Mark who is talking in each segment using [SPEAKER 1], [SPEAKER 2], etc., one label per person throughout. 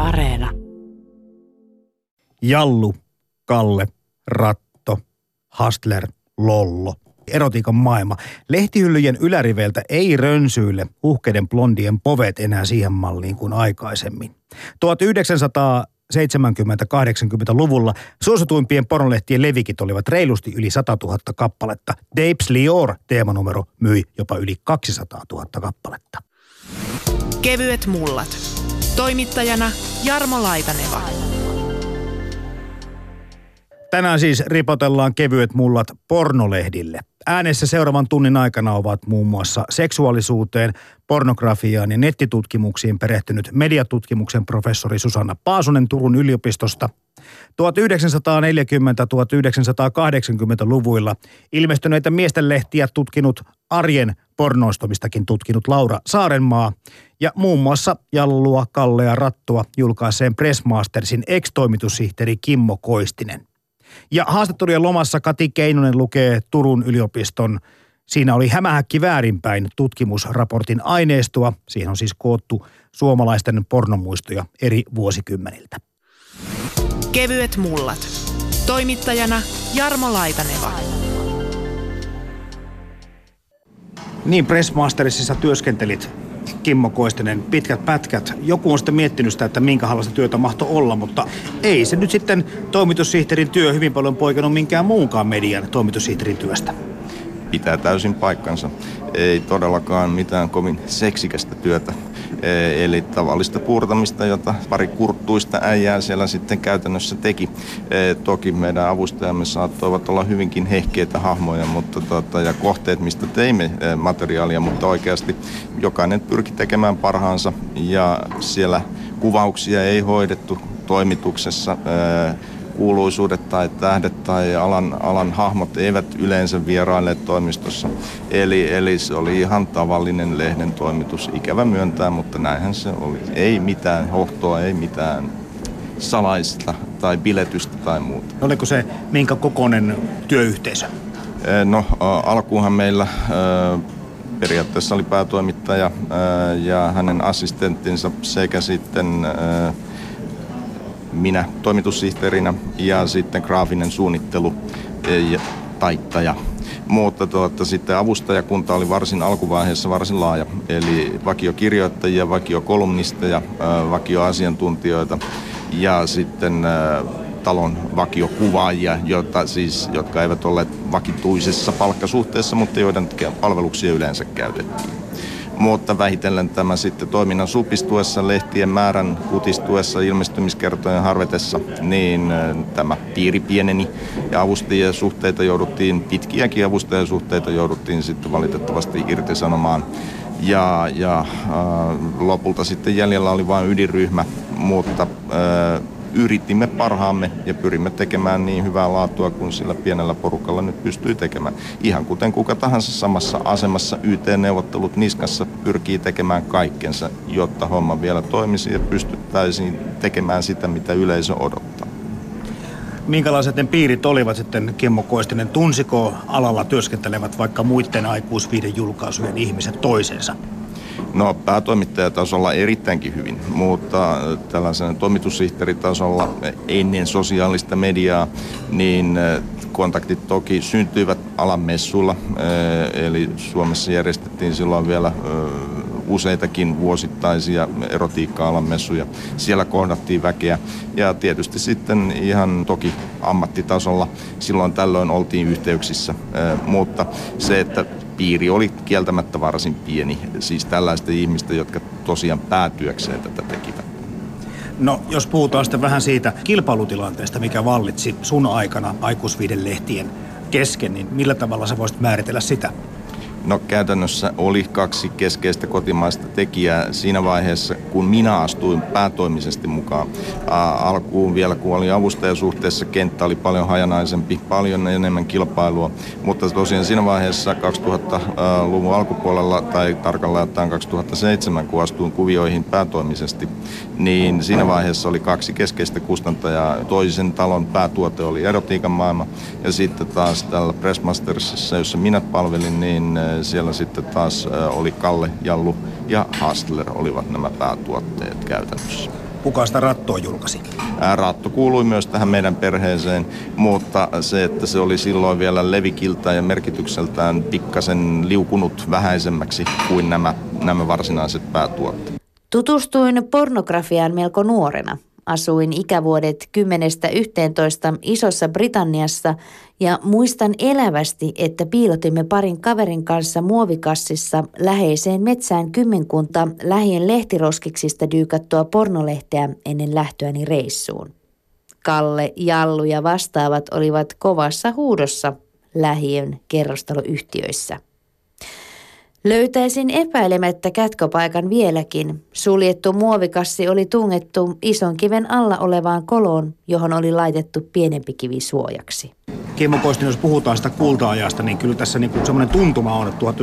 [SPEAKER 1] Areena.
[SPEAKER 2] Jallu, Kalle, Ratto, Hustler, Lollo. Erotiikan maailma. Lehtihyllyjen yläriveiltä ei rönsyille uhkeiden blondien povet enää siihen malliin kuin aikaisemmin. 1970-80-luvulla suosituimpien pornolehtien levikit olivat reilusti yli 100 000 kappaletta. Dapes Lior teemanumero myi jopa yli 200 000 kappaletta.
[SPEAKER 1] Kevyet mullat. Toimittajana Jarmo Laitaneva.
[SPEAKER 2] Tänään siis ripotellaan kevyet mullat pornolehdille. Äänessä seuraavan tunnin aikana ovat muun muassa seksuaalisuuteen, pornografiaan ja nettitutkimuksiin perehtynyt mediatutkimuksen professori Susanna Paasonen Turun yliopistosta. 1940-1980-luvuilla ilmestyneitä miestenlehtiä tutkinut arjen pornoistumistakin tutkinut Laura Saarenmaa ja muun muassa Jallua, Kallea, Rattua julkaiseen Pressmastersin ex-toimitussihteeri Kimmo Koistinen. Ja haastattelujen lomassa Kati Keinonen lukee Turun yliopiston. Siinä oli hämähäkki väärinpäin tutkimusraportin aineistoa. Siihen on siis koottu suomalaisten pornomuistoja eri vuosikymmeniltä.
[SPEAKER 1] Kevyet mullat. Toimittajana Jarmo Laitaneva.
[SPEAKER 2] Niin, Pressmastersissa työskentelit, Kimmo Koistinen, pitkät pätkät. Joku on sitten miettinyt sitä, että minkälaista työtä mahtoi olla, mutta ei se nyt sitten toimitussihteerin työ hyvin paljon poikennut minkään muunkaan median toimitussihteerin työstä.
[SPEAKER 3] Pitää täysin paikkansa. Ei todellakaan mitään kovin seksikästä työtä. Eli tavallista puurtamista, jota pari kurttuista äijää siellä sitten käytännössä teki. Toki meidän avustajamme saattoivat olla hyvinkin hehkeitä hahmoja ja kohteet, mistä teimme materiaalia, mutta oikeasti jokainen pyrki tekemään parhaansa ja siellä kuvauksia ei hoidettu toimituksessa. Kuuluisuudet tai tähdet tai alan hahmot eivät yleensä vierailleet toimistossa. Eli se oli ihan tavallinen lehden toimitus. Ikävä myöntää, mutta näinhän se oli. Ei mitään hohtoa, ei mitään salaista tai biletystä tai muuta.
[SPEAKER 2] Oliko se minkä kokoinen työyhteisö?
[SPEAKER 3] No alkuunhan meillä periaatteessa oli päätoimittaja ja hänen assistenttinsa sekä sitten minä toimitussihteerinä ja sitten graafinen suunnittelu ja taittaja. Mutta sitten avustajakunta oli alkuvaiheessa varsin laaja. Eli vakiokirjoittajia, vakiokolumnisteja, vakioasiantuntijoita ja sitten talon vakiokuvaajia, jotka eivät olleet vakituisessa palkkasuhteessa, mutta joiden palveluksia yleensä käytettiin. Mutta vähitellen tämä sitten toiminnan supistuessa, lehtien määrän kutistuessa, ilmestymiskertojen harvetessa, niin tämä piiri pieneni ja pitkiäkin avustajasuhteita jouduttiin sitten valitettavasti irtisanomaan. Ja lopulta sitten jäljellä oli vain ydinryhmä, mutta yritimme parhaamme ja pyrimme tekemään niin hyvää laatua kuin sillä pienellä porukalla nyt pystyy tekemään. Ihan kuten kuka tahansa samassa asemassa YT-neuvottelut niskassa pyrkii tekemään kaikkensa, jotta homma vielä toimisi ja pystyttäisiin tekemään sitä, mitä yleisö odottaa.
[SPEAKER 2] Minkälaiset ne piirit olivat sitten, Kimmo Koistinen? Tunsiko alalla työskentelevät vaikka muiden aikuisviihdejulkaisujen ihmiset toisensa?
[SPEAKER 3] No päätoimittajatasolla erittäinkin hyvin, mutta tällaisen toimitussihteeritasolla ennen sosiaalista mediaa, niin kontaktit toki syntyivät alan messuilla. Eli Suomessa järjestettiin silloin vielä useitakin vuosittaisia erotiikka-alan messuja. Siellä kohdattiin väkeä ja tietysti sitten ihan toki ammattitasolla silloin tällöin oltiin yhteyksissä, mutta se, että piiri oli kieltämättä varsin pieni, siis tällaista ihmistä, jotka tosiaan päätyökseen tätä tekivät.
[SPEAKER 2] No, jos puhutaan sitten vähän siitä kilpailutilanteesta, mikä vallitsi sun aikana aikuisviihdelehtien kesken, niin millä tavalla sä voisit määritellä sitä?
[SPEAKER 3] No käytännössä oli kaksi keskeistä kotimaista tekijää siinä vaiheessa, kun minä astuin päätoimisesti mukaan. Alkuun vielä, kun olin avustajasuhteessa, kenttä oli paljon hajanaisempi, paljon enemmän kilpailua. Mutta tosiaan siinä vaiheessa 2000-luvun alkupuolella tai tarkalleen ottaen 2007, kun astuin kuvioihin päätoimisesti, niin siinä vaiheessa oli kaksi keskeistä kustantajaa. Toisen talon päätuote oli Erotiikan maailma ja sitten taas täällä Pressmastersissa, jossa minä palvelin, niin siellä sitten taas oli Kalle, Jallu ja Hustler olivat nämä päätuotteet käytännössä.
[SPEAKER 2] kuka sitä Rattoa julkaisi?
[SPEAKER 3] Ratto kuului myös tähän meidän perheeseen, mutta se, että se oli silloin vielä levikiltä ja merkitykseltään pikkasen liukunut vähäisemmäksi kuin nämä varsinaiset päätuotteet.
[SPEAKER 4] Tutustuin pornografiaan melko nuorena. Asuin ikävuodet 10–11 Isossa Britanniassa ja muistan elävästi, että piilotimme parin kaverin kanssa muovikassissa läheiseen metsään kymmenkunta lähien lehtiroskiksista dyykattua pornolehteä ennen lähtöäni reissuun. Kalle, Jallu ja vastaavat olivat kovassa huudossa lähiön kerrostaloyhtiöissä. Löytäisin epäilemättä kätköpaikan vieläkin. Suljettu muovikassi oli tungettu ison kiven alla olevaan koloon, johon oli laitettu pienempi kivi suojaksi.
[SPEAKER 2] Kimmo Koistinen, jos puhutaan sitä kulta-ajasta, niin kyllä tässä niin semmoinen tuntuma on, että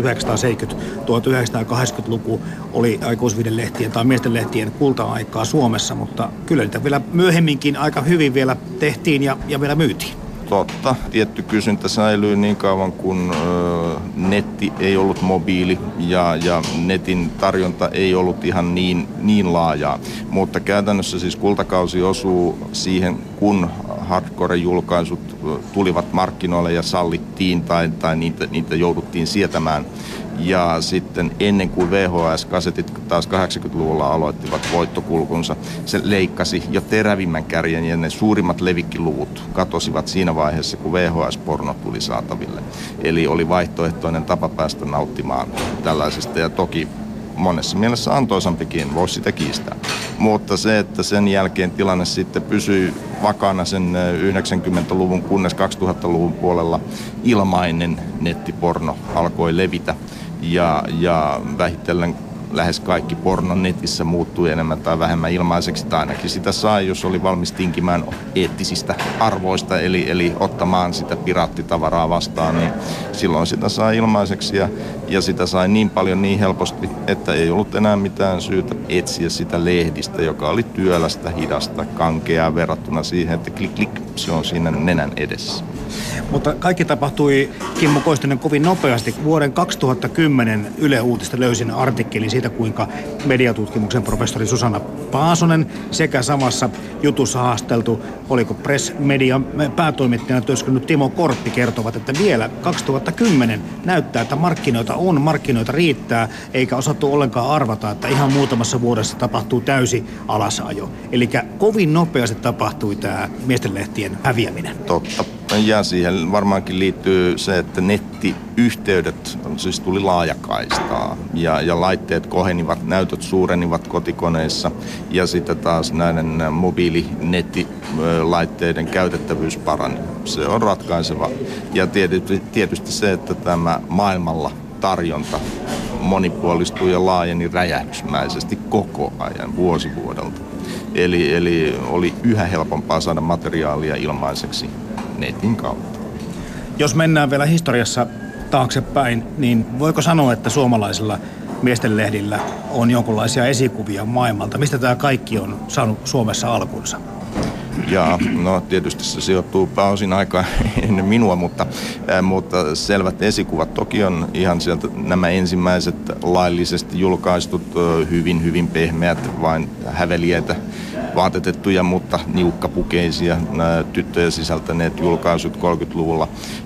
[SPEAKER 2] 1970-1980-luku oli aikuisviihdelehtien tai miestenlehtien kulta-aikaa Suomessa, mutta kyllä niitä vielä myöhemminkin aika hyvin vielä tehtiin ja vielä myytiin.
[SPEAKER 3] Totta. Tietty kysyntä säilyy niin kauan, kun netti ei ollut mobiili ja netin tarjonta ei ollut ihan niin laajaa. Mutta käytännössä siis kultakausi osuu siihen, kun hardcore-julkaisut tulivat markkinoille ja sallittiin tai niitä jouduttiin sietämään. Ja sitten ennen kuin VHS-kasetit taas 80-luvulla aloittivat voittokulkunsa, se leikkasi jo terävimmän kärjen ja ne suurimmat levikkiluvut katosivat siinä vaiheessa, kun VHS-porno tuli saataville. Eli oli vaihtoehtoinen tapa päästä nauttimaan tällaisesta ja toki monessa mielessä antoisampikin, voisi sitä kiistää. Mutta se, että sen jälkeen tilanne sitten pysyi vakaana sen 90-luvun kunnes 2000-luvun puolella ilmainen nettiporno alkoi levitä. Ja vähitellen lähes kaikki porno netissä muuttui enemmän tai vähemmän ilmaiseksi, tai ainakin sitä sai, jos oli valmis tinkimään eettisistä arvoista, eli ottamaan sitä piraattitavaraa vastaan, niin silloin sitä sai ilmaiseksi ja sitä sai niin paljon niin helposti, että ei ollut enää mitään syytä etsiä sitä lehdistä, joka oli työlästä, hidasta, kankeaa verrattuna siihen, että klik klik, se on siinä nenän edessä.
[SPEAKER 2] Mutta kaikki tapahtui, Kimmo Koistinen, kovin nopeasti. Vuoden 2010 Yle Uutista löysin artikkelin siitä, kuinka mediatutkimuksen professori Susanna Paasonen sekä samassa jutussa haasteltu, oliko Press Median päätoimittajana työskennellyt Timo Korppi kertovat, että vielä 2010 näyttää, että markkinoita riittää, eikä osattu ollenkaan arvata, että ihan muutamassa vuodessa tapahtuu täysi alasajo. Eli kovin nopeasti tapahtui tämä miestenlehtien häviäminen.
[SPEAKER 3] Totta. Ja siihen varmaankin liittyy se, että nettiyhteydet siis tuli laajakaistaa ja laitteet kohenivat, näytöt suurenivat kotikoneissa ja sitten taas näiden mobiilinettilaitteiden käytettävyys parani. Se on ratkaiseva. Ja tietysti se, että tämä maailmalla tarjonta monipuolistui ja laajeni räjähdysmäisesti koko ajan vuosi vuodelta. Eli oli yhä helpompaa saada materiaalia ilmaiseksi netin kautta.
[SPEAKER 2] Jos mennään vielä historiassa taaksepäin, niin voiko sanoa, että suomalaisilla miestenlehdillä on jonkinlaisia esikuvia maailmalta? Mistä tämä kaikki on saanut Suomessa alkunsa?
[SPEAKER 3] Ja no tietysti se sijoittuu pääosin aikaa ennen minua, mutta selvät esikuvat toki on ihan sieltä nämä ensimmäiset laillisesti julkaistut, hyvin pehmeät, vain häveliäitä vaatetettuja, mutta niukkapukeisia tyttöjä sisältäneet julkaisut 30-luvulla,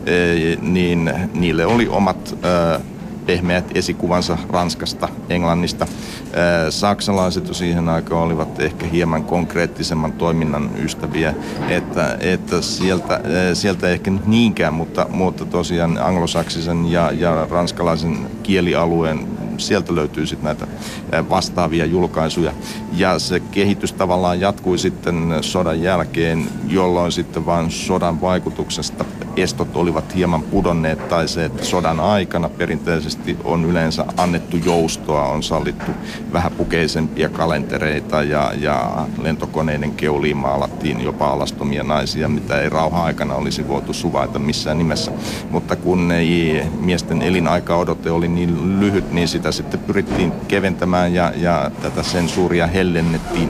[SPEAKER 3] niin niille oli omat pehmeät esikuvansa Ranskasta, Englannista. Saksalaiset jo siihen aikaan olivat ehkä hieman konkreettisemman toiminnan ystäviä, että sieltä ehkä niinkään, mutta tosiaan anglosaksisen ja ranskalaisen kielialueen sieltä löytyy sitten näitä vastaavia julkaisuja. Ja se kehitys tavallaan jatkui sitten sodan jälkeen, jolloin sitten vain sodan vaikutuksesta estot olivat hieman pudonneet, tai se, että sodan aikana perinteisesti on yleensä annettu joustoa, on sallittu vähäpukeisempia kalentereita ja lentokoneiden keuliin maalattiin jopa alastomia naisia, mitä ei rauha-aikana olisi voitu suvaita missään nimessä. Mutta kun miesten elinaikaodote oli niin lyhyt, niin sitä sitten pyrittiin keventämään ja tätä sensuuria hellennettiin.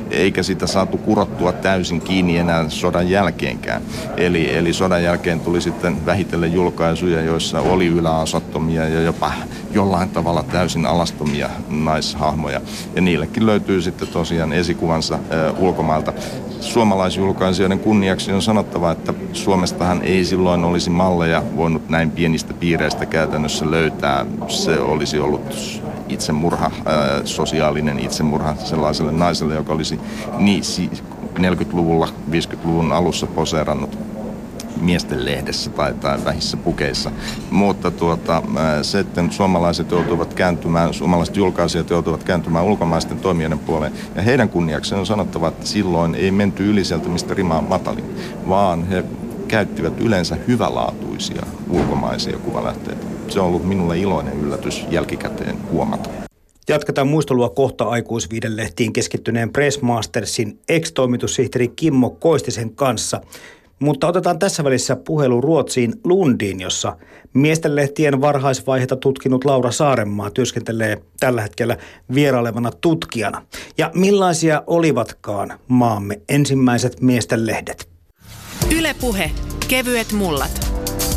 [SPEAKER 3] eikä sitä saatu kurottua täysin kiinni enää sodan jälkeenkään. Eli sodan jälkeen tuli sitten vähitellen julkaisuja, joissa oli yläosattomia ja jopa jollain tavalla täysin alastomia naishahmoja. Ja niillekin löytyy sitten tosiaan esikuvansa ulkomailta. Suomalaisjulkaisijoiden kunniaksi on sanottava, että Suomestahan ei silloin olisi malleja voinut näin pienistä piireistä käytännössä löytää. Se olisi ollut itsemurha, sosiaalinen itsemurha sellaiselle naiselle, joka olisi 40-luvulla, 50-luvun alussa poseerannut miesten lehdessä tai vähissä pukeissa. Mutta sitten suomalaiset julkaisijat joutuivat kääntymään ulkomaisten toimijoiden puoleen. Ja heidän kunniakseen on sanottava, että silloin ei menty yli sieltä, mistä rima on matalin, vaan he käyttivät yleensä hyvälaatuisia ulkomaisia kuvalähteitä. Se on ollut minulle iloinen yllätys jälkikäteen huomata.
[SPEAKER 2] Jatketaan muistelua kohta aikuisviihdelehtiin keskittyneen Pressmastersin ex-toimitussihteeri Kimmo Koistisen kanssa. Mutta otetaan tässä välissä puhelu Ruotsiin Lundiin, jossa miestenlehtien varhaisvaiheita tutkinut Laura Saarenmaa työskentelee tällä hetkellä vierailevana tutkijana. Ja millaisia olivatkaan maamme ensimmäiset miestenlehdet?
[SPEAKER 1] Yle Puhe. Kevyet mullat.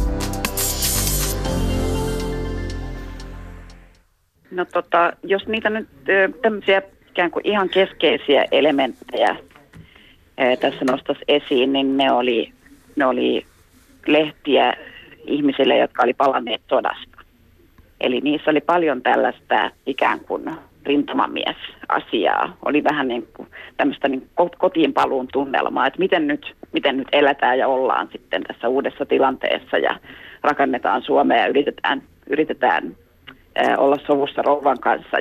[SPEAKER 5] No jos niitä nyt tämmöisiä ikään kuin ihan keskeisiä elementtejä tässä nostaisi esiin, niin ne oli lehtiä ihmisille, jotka oli palanneet sodasta. Eli niissä oli paljon tällaista ikään kuin rintamamiesasiaa. Oli vähän niin kuin tämmöistä niin kotiin paluun tunnelmaa, että miten nyt eletään ja ollaan sitten tässä uudessa tilanteessa ja rakennetaan Suomea ja yritetään olla sovussa rouvan kanssa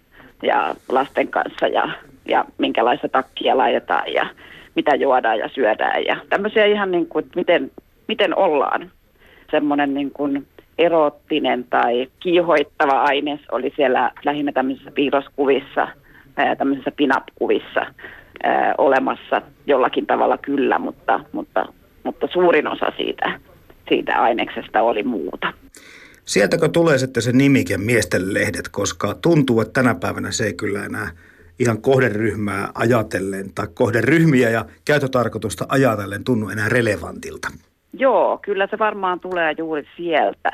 [SPEAKER 5] ja lasten kanssa ja minkälaista takkia laitetaan ja mitä juodaan ja syödään ja tämmöisiä ihan niin kuin, että miten ollaan. Semmoinen niin kuin eroottinen tai kiihoittava aines oli siellä lähinnä tämmöisissä piirroskuvissa, tämmöisissä pin-up-kuvissa olemassa jollakin tavalla kyllä, mutta suurin osa siitä aineksesta oli muuta.
[SPEAKER 2] Sieltäkö tulee sitten se nimike miestenlehdet, koska tuntuu, että tänä päivänä se ei kyllä enää ihan kohderyhmää ajatellen tai kohderyhmiä ja käyttötarkoitusta ajatellen tunnu enää relevantilta.
[SPEAKER 5] Joo, kyllä se varmaan tulee juuri sieltä.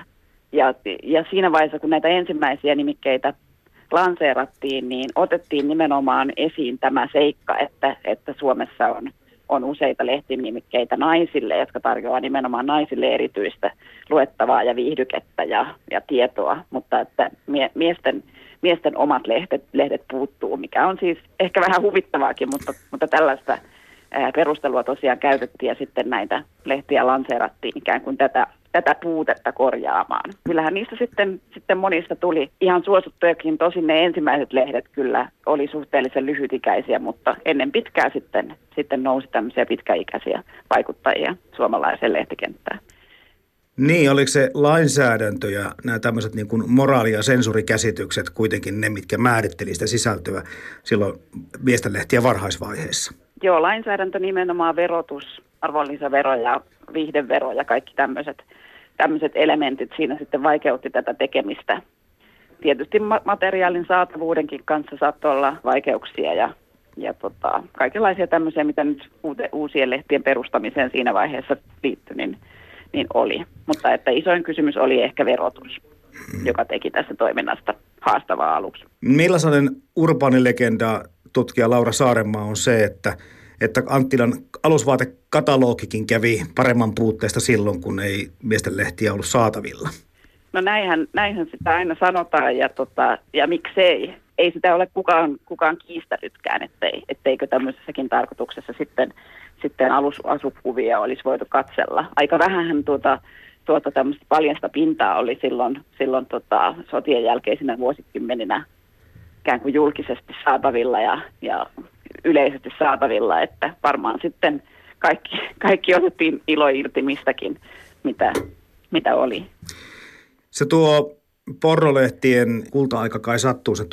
[SPEAKER 5] Ja siinä vaiheessa, kun näitä ensimmäisiä nimikkeitä lanseerattiin, niin otettiin nimenomaan esiin tämä seikka, että Suomessa on useita lehtinimikkeitä naisille, jotka tarjoaa nimenomaan naisille erityistä luettavaa ja viihdykettä ja tietoa, mutta että miesten omat lehdet puuttuu, mikä on siis ehkä vähän huvittavaakin, mutta tällaista perustelua tosiaan käytettiin ja sitten näitä lehtiä lanseerattiin ikään kuin tätä puutetta korjaamaan. Kyllähän niistä sitten monista tuli ihan suosittujakin, tosin ne ensimmäiset lehdet kyllä oli suhteellisen lyhytikäisiä, mutta ennen pitkää sitten nousi tämmöisiä pitkäikäisiä vaikuttajia suomalaiseen lehtikenttään.
[SPEAKER 2] Niin, oliko se lainsäädäntö ja nämä tämmöiset niin kuin moraali- ja sensuurikäsitykset kuitenkin ne, mitkä määritteli sitä sisältöä silloin miestenlehtiä varhaisvaiheessa?
[SPEAKER 5] Joo, lainsäädäntö nimenomaan verotus, arvonlisävero ja viihdevero ja kaikki tämmöiset elementit siinä sitten vaikeutti tätä tekemistä. Tietysti materiaalin saatavuudenkin kanssa saattoi olla vaikeuksia ja kaikenlaisia tämmöisiä, mitä nyt uusien lehtien perustamiseen siinä vaiheessa liittyi, niin oli. Mutta että isoin kysymys oli ehkä verotus, joka teki tästä toiminnasta haastavaa aluksi.
[SPEAKER 2] Millainen urbaanilegenda tutkija Laura Saarenmaa on se, että Anttilan alusvaatekatalogikin kävi paremman puutteesta silloin, kun ei miestenlehtiä ollut saatavilla?
[SPEAKER 5] No näinhän sitä aina sanotaan ja miksei. Ei sitä ole kukaan kiistänytkään, etteikö tämmöisessäkin tarkoituksessa sitten alusasukuvia olisi voitu katsella. Aika vähänhän tämmöistä paljasta pintaa oli silloin sotien jälkeisinä vuosikymmeninä ikään kuin julkisesti saatavilla ja yleisesti saatavilla, että varmaan sitten kaikki otettiin ilo irti mistäkin, mitä oli.
[SPEAKER 2] Se tuo pornolehtien kulta-aika kai sattuu se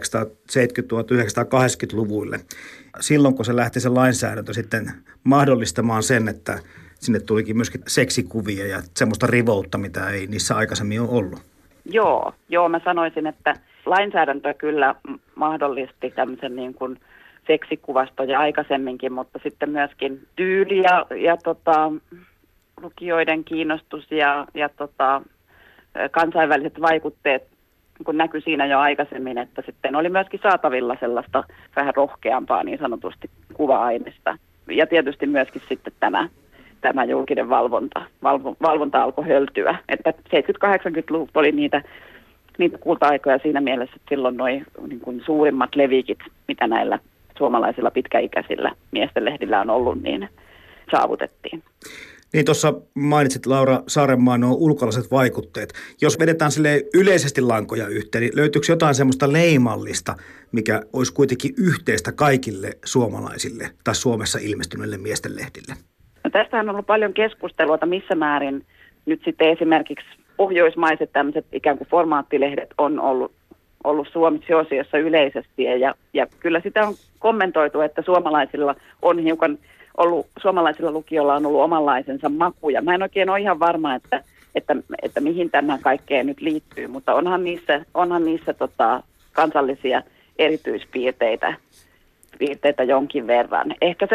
[SPEAKER 2] 1970-1980-luvuille. Silloin, kun se lähti se lainsäädäntö sitten mahdollistamaan sen, että sinne tulikin myöskin seksikuvia ja semmoista rivoutta, mitä ei niissä aikaisemmin ole ollut.
[SPEAKER 5] Joo, mä sanoisin, että lainsäädäntö kyllä mahdollisti tämmöisen niin kuin seksikuvastoja aikaisemminkin, mutta sitten myöskin tyyli ja lukijoiden kiinnostus ja kansainväliset vaikutteet kun näkyi siinä jo aikaisemmin, että sitten oli myöskin saatavilla sellaista vähän rohkeampaa niin sanotusti kuva-aineista. Ja tietysti myöskin sitten tämä julkinen valvonta alkoi höltyä. Että 70-80-luvut oli niitä kulta-aikoja siinä mielessä, että silloin nuo niin kuin suurimmat levikit, mitä näillä suomalaisilla pitkäikäisillä miestenlehdillä on ollut, niin saavutettiin.
[SPEAKER 2] Niin tuossa mainitsit, Laura Saarenmaa, nuo ulkolaiset vaikutteet. Jos vedetään sille yleisesti lankoja yhteen, niin löytyykö jotain semmoista leimallista, mikä olisi kuitenkin yhteistä kaikille suomalaisille tai Suomessa ilmestyneille miestenlehdille?
[SPEAKER 5] No tästähän on ollut paljon keskustelua, että missä määrin nyt sitten esimerkiksi pohjoismaiset tämmöiset ikään kuin formaattilehdet on ollut Suomi-osiossa yleisesti ja kyllä sitä on kommentoitu, että suomalaisilla on hiukan suomalaisilla lukijoilla on ollut omanlaisensa maku, ja mä en oikein ole ihan varma, että mihin tämä kaikkeen nyt liittyy, mutta onhan niissä kansallisia erityispiirteitä jonkin verran. Ehkä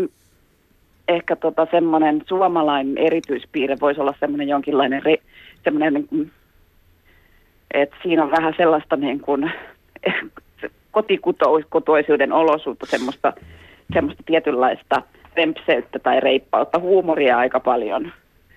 [SPEAKER 5] semmoinen suomalainen erityispiirre voisi olla semmoinen jonkinlainen, että siinä on vähän sellaista niin kuin kotikutoisuuden olosuutta, semmoista tietynlaista rempseyttä tai reippautta, huumoria aika paljon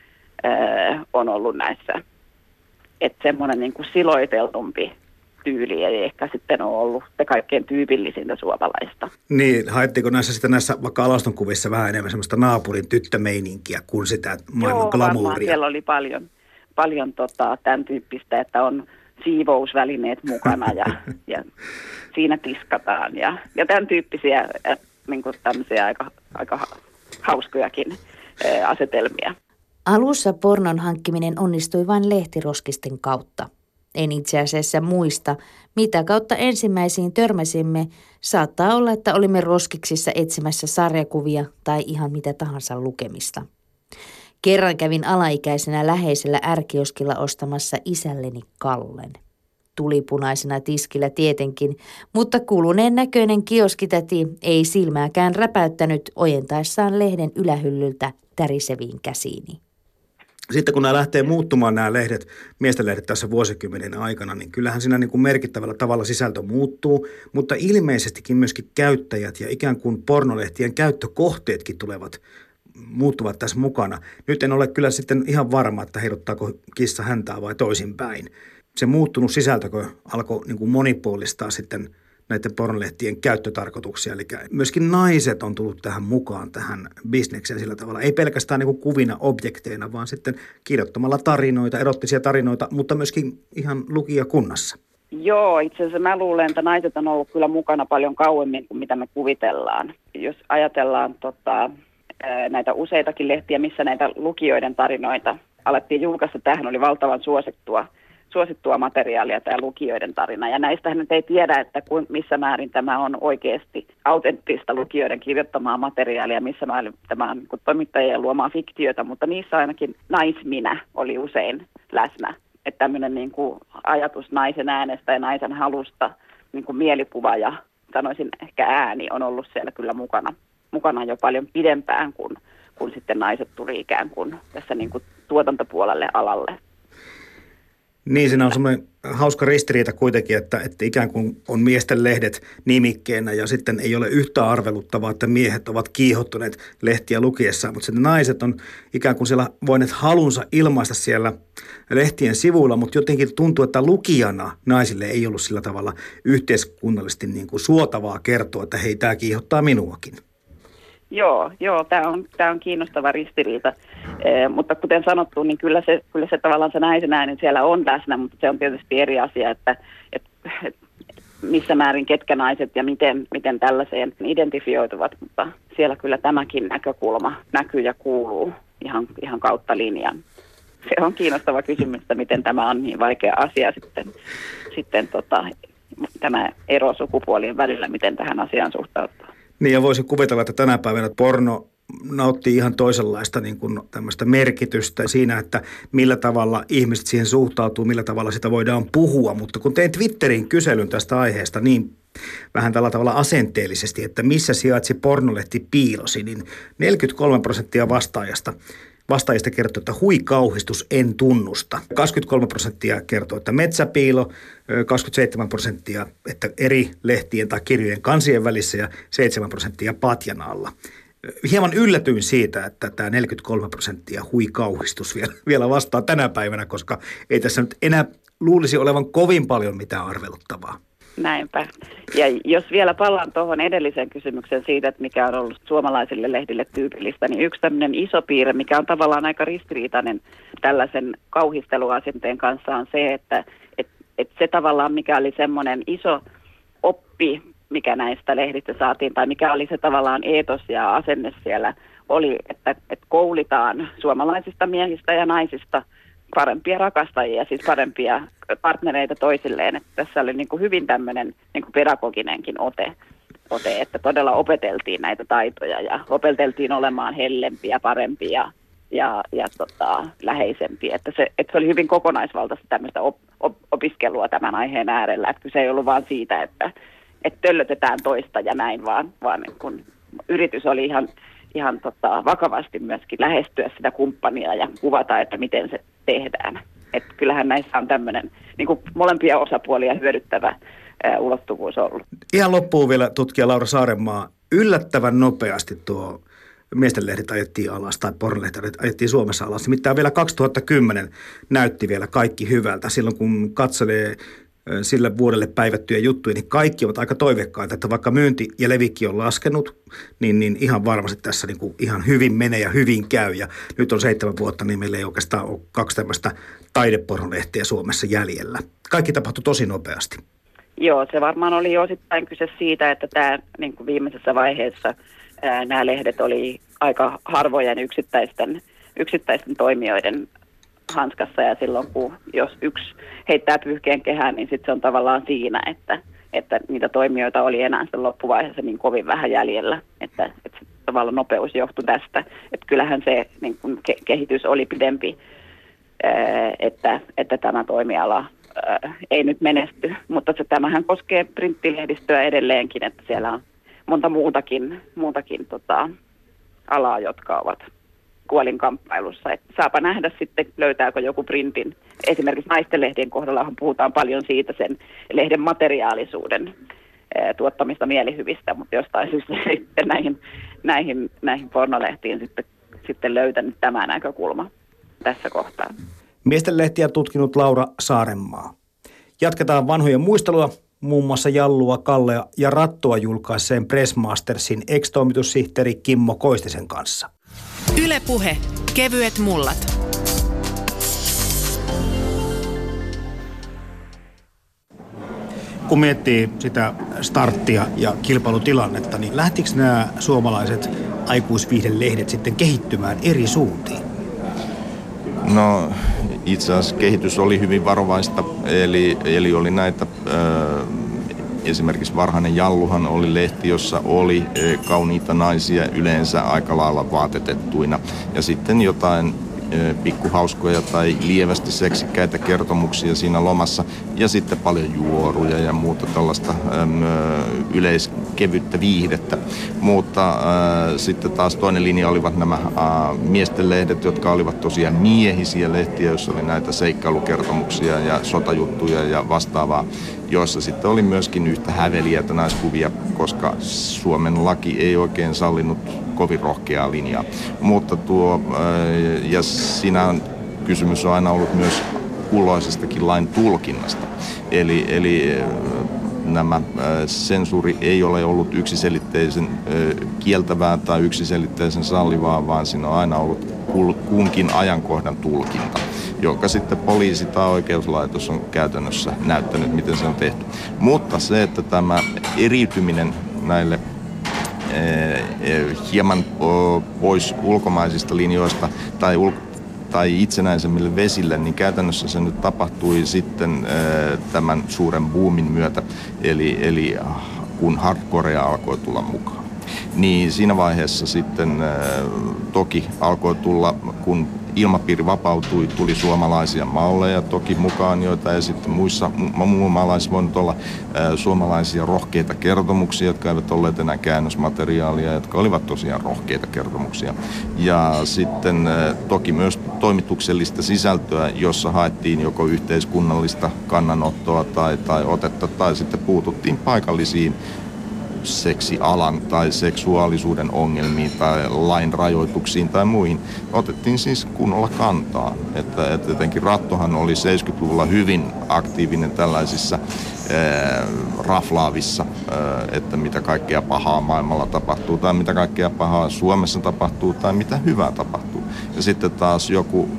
[SPEAKER 5] on ollut näissä. Että semmoinen niin kuin siloiteltumpi tyyli ei ehkä sitten ole ollut se kaikkein tyypillisintä suomalaista.
[SPEAKER 2] Niin, haettiinko näissä vaikka alastonkuvissa vähän enemmän semmoista naapurin tyttömeininkiä kuin sitä maailman glamouria?
[SPEAKER 5] Varmaan siellä oli paljon tämän tyyppistä, että on siivousvälineet mukana ja siinä tiskataan ja tämän tyyppisiä niin kuin tämmöisiä aika hauskojakin asetelmia.
[SPEAKER 4] Alussa pornon hankkiminen onnistui vain lehtiroskisten kautta. En itse asiassa muista, mitä kautta ensimmäisiin törmäsimme. Saattaa olla, että olimme roskiksissa etsimässä sarjakuvia tai ihan mitä tahansa lukemista. Kerran kävin alaikäisenä läheisellä ärkioskilla ostamassa isälleni Kallen. Tulipunaisena tiskillä tietenkin, mutta kuluneen näköinen kioskitäti ei silmääkään räpäyttänyt ojentaessaan lehden ylähyllyltä täriseviin käsiini.
[SPEAKER 2] Sitten kun nämä lähtee muuttumaan nämä lehdet, miestenlehdet tässä vuosikymmenen aikana, niin kyllähän siinä niin kuin merkittävällä tavalla sisältö muuttuu, mutta ilmeisestikin myöskin käyttäjät ja ikään kuin pornolehtien käyttökohteetkin muuttuvat tässä mukana. Nyt en ole kyllä sitten ihan varma, että heiluttaako kissa häntää vai toisinpäin. Se muuttunut sisältökö alkoi niin kuin monipuolistaa sitten näiden pornolehtien käyttötarkoituksia. Eli myöskin naiset on tullut tähän mukaan, tähän bisnekseen sillä tavalla. Ei pelkästään niin kuin kuvina, objekteina, vaan sitten kirjoittamalla tarinoita, erottisia tarinoita, mutta myöskin ihan lukijakunnassa.
[SPEAKER 5] Joo, itse asiassa mä luulen, että naiset on ollut kyllä mukana paljon kauemmin kuin mitä me kuvitellaan. Jos ajatellaan näitä useitakin lehtiä, missä näitä lukijoiden tarinoita alettiin julkaista, tämähän oli valtavan suosittua materiaalia, tämä lukijoiden tarina. Ja näistähän nyt ei tiedä, että missä määrin tämä on oikeasti autenttista lukijoiden kirjoittamaa materiaalia, missä määrin tämä on toimittajien luomaa fiktiota, mutta niissä ainakin naisminä oli usein läsnä. Että tämmöinen niin kuin ajatus naisen äänestä ja naisen halusta, niin kuin mielikuva ja sanoisin ehkä ääni on ollut siellä kyllä mukana jo paljon pidempään, kun sitten naiset tuli ikään kuin tässä niin kuin tuotantopuolelle alalle.
[SPEAKER 2] Niin, siinä on semmoinen hauska ristiriita kuitenkin, että ikään kuin on miesten lehdet nimikkeenä ja sitten ei ole yhtä arveluttavaa, että miehet ovat kiihottuneet lehtiä lukiessaan, mutta sitten naiset on ikään kuin siellä voineet halunsa ilmaista siellä lehtien sivuilla, mutta jotenkin tuntuu, että lukijana naisille ei ollut sillä tavalla yhteiskunnallisesti niin kuin suotavaa kertoa, että hei, tämä kiihottaa minuakin.
[SPEAKER 5] Joo, tämä on kiinnostava ristiriita, mutta kuten sanottu, niin kyllä se tavallaan se naisen ääni siellä on läsnä, mutta se on tietysti eri asia, että missä määrin ketkä naiset ja miten tällaiseen identifioituvat, mutta siellä kyllä tämäkin näkökulma näkyy ja kuuluu ihan kautta linjan. Se on kiinnostava kysymys, että miten tämä on niin vaikea asia sitten tämä ero sukupuolien välillä, miten tähän asiaan suhtautuu.
[SPEAKER 2] Niin, ja voisin kuvitella, että tänä päivänä porno nauttii ihan toisenlaista niin kuin tämmöistä merkitystä siinä, että millä tavalla ihmiset siihen suhtautuu, millä tavalla sitä voidaan puhua. Mutta kun tein Twitteriin kyselyn tästä aiheesta, niin vähän tällä tavalla asenteellisesti, että missä sijaitsi pornolehti piilosi, niin 43% vastaajista kertoo, että hui kauhistus, en tunnusta. 23% kertoo, että metsäpiilo, 27% että eri lehtien tai kirjojen kansien välissä ja 7% patjan alla. Hieman yllätyin siitä, että tämä 43% hui kauhistus vielä vastaa tänä päivänä, koska ei tässä nyt enää luulisi olevan kovin paljon mitään arveluttavaa.
[SPEAKER 5] Näinpä. Ja jos vielä palaan tuohon edelliseen kysymykseen siitä, että mikä on ollut suomalaisille lehdille tyypillistä, niin yksi tämmöinen iso piirre, mikä on tavallaan aika ristiriitainen tällaisen kauhisteluasenteen kanssa, on se, että se tavallaan mikä oli semmoinen iso oppi, mikä näistä lehdistä saatiin, tai mikä oli se tavallaan eetos ja asenne siellä, oli, että koulitaan suomalaisista miehistä ja naisista parempia rakastajia, siis parempia partnereita toisilleen. Että tässä oli niin kuin hyvin tämmöinen niin kuin pedagoginenkin ote, että todella opeteltiin näitä taitoja ja opeteltiin olemaan hellempiä, parempia ja läheisempiä. Että se oli hyvin kokonaisvaltaista tämmöistä opiskelua tämän aiheen äärellä. Että se ei ollut vaan siitä, että töllötetään toista ja näin, vaan kun yritys oli ihan vakavasti myöskin lähestyä sitä kumppania ja kuvata, että miten se tehdään. Että kyllähän näissä on tämmöinen niin kuin molempia osapuolia hyödyttävä ulottuvuus ollut.
[SPEAKER 2] Ihan loppuun vielä tutkija Laura Saarenmaa. Yllättävän nopeasti tuo miestenlehdet ajettiin alas tai pornolehdet ajettiin Suomessa alas. Nimittäin vielä 2010 näytti vielä kaikki hyvältä. Silloin kun katselee sille vuodelle päivättyjä juttuja, niin kaikki ovat aika toiveikkaita, että vaikka myynti ja levikki on laskenut, niin ihan varmasti tässä niin kuin ihan hyvin menee ja hyvin käy. Ja nyt on 7 vuotta, niin meillä ei oikeastaan ole 2 tämmöistä taidepornolehtiä Suomessa jäljellä. Kaikki tapahtui tosi nopeasti.
[SPEAKER 5] Joo, se varmaan oli osittain kyse siitä, että tämä niin kuin viimeisessä vaiheessa nämä lehdet oli aika harvojen yksittäisten toimijoiden hanskassa, ja silloin kun jos yksi heittää pyyhkeen kehään, niin sitten se on tavallaan siinä, että niitä toimijoita oli enää sen loppuvaiheessa niin kovin vähän jäljellä, että se tavallaan nopeus johtui tästä. Että kyllähän se niin kun kehitys oli pidempi, että tämä toimiala ei nyt menesty, mutta tämähän koskee printtilehdistöä edelleenkin, että siellä on monta muutakin alaa, jotka ovat kuolinkamppailussa. Et saapa nähdä sitten, löytääkö joku printin. Esimerkiksi naisten lehdien kohdalla puhutaan paljon siitä sen lehden materiaalisuuden tuottamista mielihyvistä, mutta jostain syystä sitten näihin pornolehtiin sitten löytänyt tämä näkökulma tässä kohtaa.
[SPEAKER 2] Miestenlehtiä tutkinut Laura Saarenmaa. Jatketaan vanhojen muistelua. Muun muassa Jallua, Kallea ja Rattua julkaisseen Pressmastersin ex-toimitussihteeri Kimmo Koistisen kanssa.
[SPEAKER 1] Yle Puhe. Kevyet mullat.
[SPEAKER 2] Kun miettii sitä starttia ja kilpailutilannetta, niin lähtikö nämä suomalaiset aikuisviihdelehdet sitten kehittymään eri suuntiin?
[SPEAKER 3] No itse asiassa kehitys oli hyvin varovaista, eli oli näitä, esimerkiksi Varhainen Jalluhan oli lehti, jossa oli kauniita naisia yleensä aika lailla vaatetettuina, ja sitten jotain pikkuhauskoja tai lievästi seksikkäitä kertomuksia siinä lomassa, ja sitten paljon juoruja ja muuta tällaista yleiskevyttä viihdettä. Mutta sitten taas toinen linja olivat nämä miesten lehdet, jotka olivat tosiaan miehisiä lehtiä, joissa oli näitä seikkailukertomuksia ja sotajuttuja ja vastaavaa, joissa sitten oli myöskin yhtä häveliäitä naiskuvia, koska Suomen laki ei oikein sallinut kovin rohkeaa linjaa. Mutta ja siinä kysymys on aina ollut myös kulloisestakin lain tulkinnasta. Eli nämä sensuuri ei ole ollut yksiselitteisen kieltävää tai yksiselitteisen sallivaa, vaan siinä on aina ollut kunkin ajankohdan tulkinta, joka sitten poliisi tai oikeuslaitos on käytännössä näyttänyt, miten se on tehty. Mutta se, että tämä eriytyminen näille hieman pois ulkomaisista linjoista tai itsenäisemmille vesille, niin käytännössä se nyt tapahtui sitten tämän suuren boomin myötä, eli kun hardcorea alkoi tulla mukaan. Niin siinä vaiheessa sitten toki alkoi tulla, kun ilmapiiri vapautui, tuli suomalaisia malleja toki mukaan, joita ei sitten muissa maalaisissa voinut olla suomalaisia rohkeita kertomuksia, jotka eivät olleet enää käännösmateriaalia, jotka olivat tosiaan rohkeita kertomuksia. Ja sitten toki myös toimituksellista sisältöä, jossa haettiin joko yhteiskunnallista kannanottoa tai otetta, tai sitten puututtiin paikallisiin seksialan tai seksuaalisuuden ongelmiin tai lain rajoituksiin tai muihin. Otettiin siis kunnolla kantaa. Että jotenkin Rattohan oli 70-luvulla hyvin aktiivinen tällaisissa raflaavissa, että mitä kaikkea pahaa maailmalla tapahtuu tai mitä kaikkea pahaa Suomessa tapahtuu tai mitä hyvää tapahtuu. Ja sitten taas joku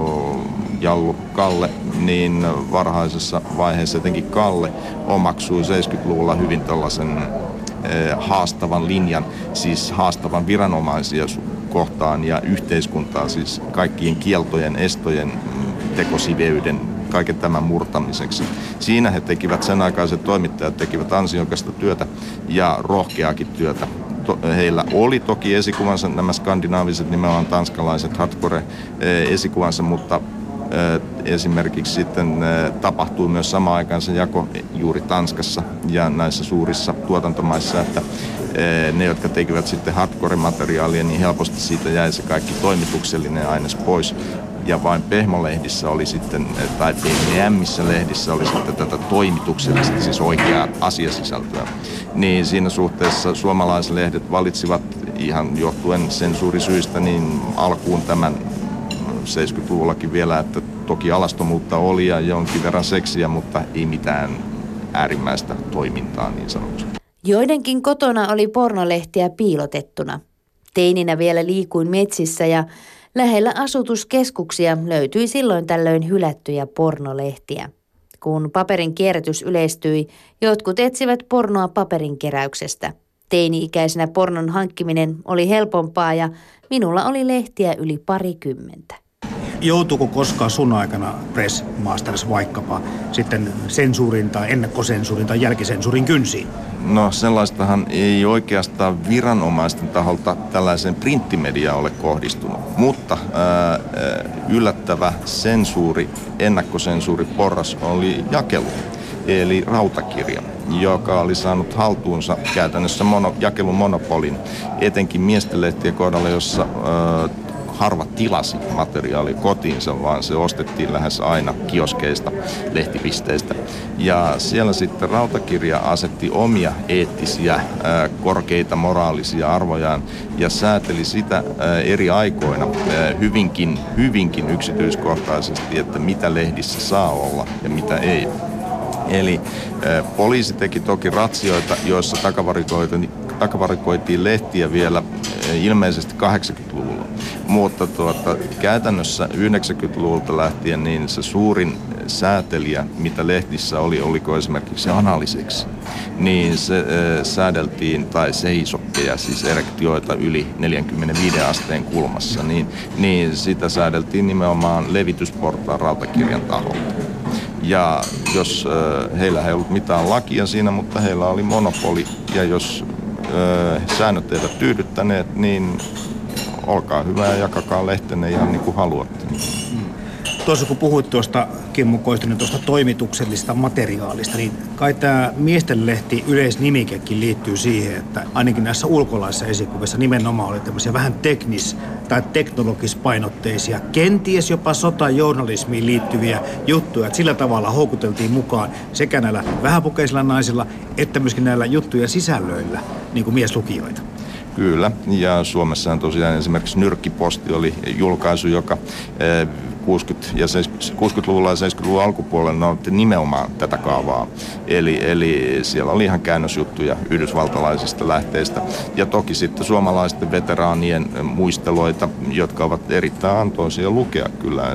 [SPEAKER 3] Jallu Kalle, niin varhaisessa vaiheessa etenkin Kalle omaksui 70-luvulla hyvin tällaisen haastavan linjan, siis haastavan viranomaisia kohtaan ja yhteiskuntaa, siis kaikkien kieltojen, estojen, tekosiveyden, kaiken tämän murtamiseksi. Siinä he tekivät, sen aikaiset toimittajat tekivät ansiokasta työtä ja rohkeaakin työtä. Heillä oli toki esikuvansa, nämä skandinaaviset, nimenomaan tanskalaiset hardcore-esikuvansa, mutta esimerkiksi sitten tapahtui myös samaan aikaan se jako juuri Tanskassa ja näissä suurissa tuotantomaissa, että ne, jotka tekivät sitten hardcore-materiaalia, niin helposti siitä jäi se kaikki toimituksellinen aines pois. Ja vain Pehmolehdissä oli sitten, tai PMissä lehdissä oli sitten tätä toimituksellista, siis oikeaa asiasisältöä. Niin siinä suhteessa suomalaislehdet valitsivat ihan johtuen sensuurisyistä niin alkuun tämän 70-luvullakin vielä, että toki alastomuutta oli ja jonkin verran seksiä, mutta ei mitään äärimmäistä toimintaa niin sanotusti.
[SPEAKER 4] Joidenkin kotona oli pornolehtiä piilotettuna. Teininä vielä liikuin metsissä ja lähellä asutuskeskuksia löytyi silloin tällöin hylättyjä pornolehtiä. Kun paperin kierrätys yleistyi, jotkut etsivät pornoa paperin keräyksestä. Teini-ikäisenä pornon hankkiminen oli helpompaa ja minulla oli lehtiä yli 20.
[SPEAKER 2] Joutuuko koskaan sun aikana Press Masters vaikkapa sitten sensuurin tai ennakkosensuurin tai jälkisensuurin kynsiin?
[SPEAKER 3] No sellaistahan ei oikeastaan viranomaisten taholta tällaisen printtimediaan ole kohdistunut, mutta yllättävä sensuuri, ennakkosensuuri porras oli jakelu, eli rautakirja, joka oli saanut haltuunsa käytännössä jakelun monopolin, etenkin miesten lehtien kohdalla, jossa harva tilasi materiaali kotiinsa, vaan se ostettiin lähes aina kioskeista, lehtipisteistä. Ja siellä sitten rautakirja asetti omia eettisiä, korkeita moraalisia arvojaan ja sääteli sitä eri aikoina hyvinkin yksityiskohtaisesti, että mitä lehdissä saa olla ja mitä ei. Eli poliisi teki toki ratsioita, joissa takavarikoitiin lehtiä vielä ilmeisesti 80-luvulla. Mutta käytännössä 90-luvulta lähtien niin se suurin säätelijä, mitä lehdissä oli, oliko esimerkiksi analiseksi, niin se säädeltiin, tai seisokkeja, siis erektioita yli 45 asteen kulmassa, niin sitä säädeltiin nimenomaan levitysportaan rautakirjan taholta. Ja jos heillä ei ollut mitään lakia siinä, mutta heillä oli monopoli, ja jos säännöt eivät tyydyttäneet, niin olkaa hyvä ja jakakaa lehtenne ihan niin kuin haluatte.
[SPEAKER 2] Tuossa kun puhuit tuosta, Kimmo Koistinen, tuosta toimituksellisesta materiaalista, niin kai tämä miesten lehti yleisnimikekin liittyy siihen, että ainakin näissä ulkolaisissa esikuvissa nimenomaan oli tämmöisiä vähän tai teknologispainotteisia, kenties jopa sotajournalismiin liittyviä juttuja, että sillä tavalla houkuteltiin mukaan sekä näillä vähäpukeisilla naisilla että myöskin näillä juttujen sisällöillä, niin kuin mieslukijoita.
[SPEAKER 3] Kyllä, ja Suomessahan tosiaan esimerkiksi Nyrkkiposti oli julkaisu, joka 60-luvulla ja 70-luvun alkupuolella noudatti nimenomaan tätä kaavaa. Eli siellä oli ihan käännösjuttuja yhdysvaltalaisista lähteistä. Ja toki sitten suomalaisten veteraanien muisteloita, jotka ovat erittäin antoisia lukea kyllä,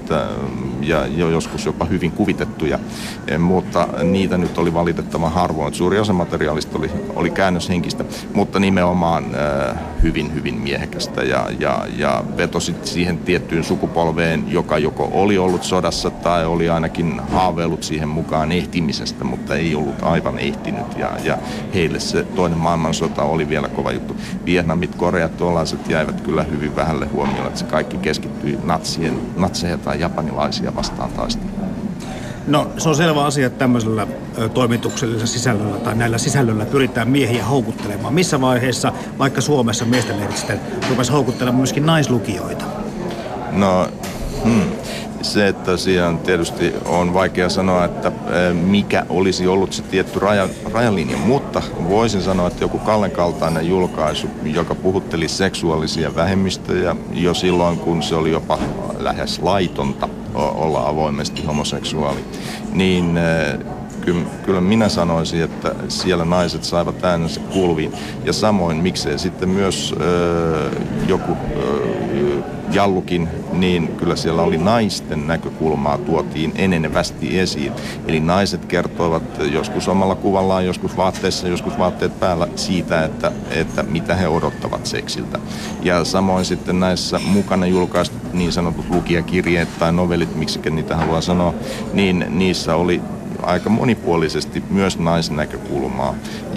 [SPEAKER 3] ja joskus jopa hyvin kuvitettuja. Mutta niitä nyt oli valitettavan harvoin. Suuri osa materiaalista oli käännöshenkistä, mutta nimenomaan hyvin miehekästä ja vetosi siihen tiettyyn sukupolveen, joka joko oli ollut sodassa tai oli ainakin haaveillut siihen mukaan ehtimisestä, mutta ei ollut aivan ehtinyt. Ja heille se toinen maailmansota oli vielä kova juttu. Vietnamit, Koreat, tuollaiset jäivät kyllä hyvin vähälle huomioon, että se kaikki keskittyi natseja tai japanilaisia vastaan taistelemaan.
[SPEAKER 2] No se on selvä asia, että tämmöisellä toimituksellisella sisällöllä tai näillä sisällöllä pyritään miehiä houkuttelemaan. Missä vaiheessa vaikka Suomessa miestenlehdet sitten rupesi houkuttelemaan myöskin naislukijoita?
[SPEAKER 3] No se, että tosiaan tietysti on vaikea sanoa, että mikä olisi ollut se tietty rajalinja, mutta voisin sanoa, että joku Kallen kaltainen julkaisu, joka puhutteli seksuaalisia vähemmistöjä jo silloin, kun se oli jopa lähes laitonta olla avoimesti homoseksuaali, niin kyllä minä sanoisin, että siellä naiset saivat äänensä kuuluviin. Ja samoin miksei sitten myös joku Jallukin, niin kyllä siellä oli naisten näkökulmaa tuotiin enenevästi esiin. Eli naiset kertoivat joskus omalla kuvallaan, joskus vaatteissa, joskus vaatteet päällä siitä, että mitä he odottavat seksiltä. Ja samoin sitten näissä mukana julkaistut niin sanotut lukijakirjeet tai novellit, miksikä niitä haluaa sanoa, niin niissä oli aika monipuolisesti myös naisnäkökulmaa.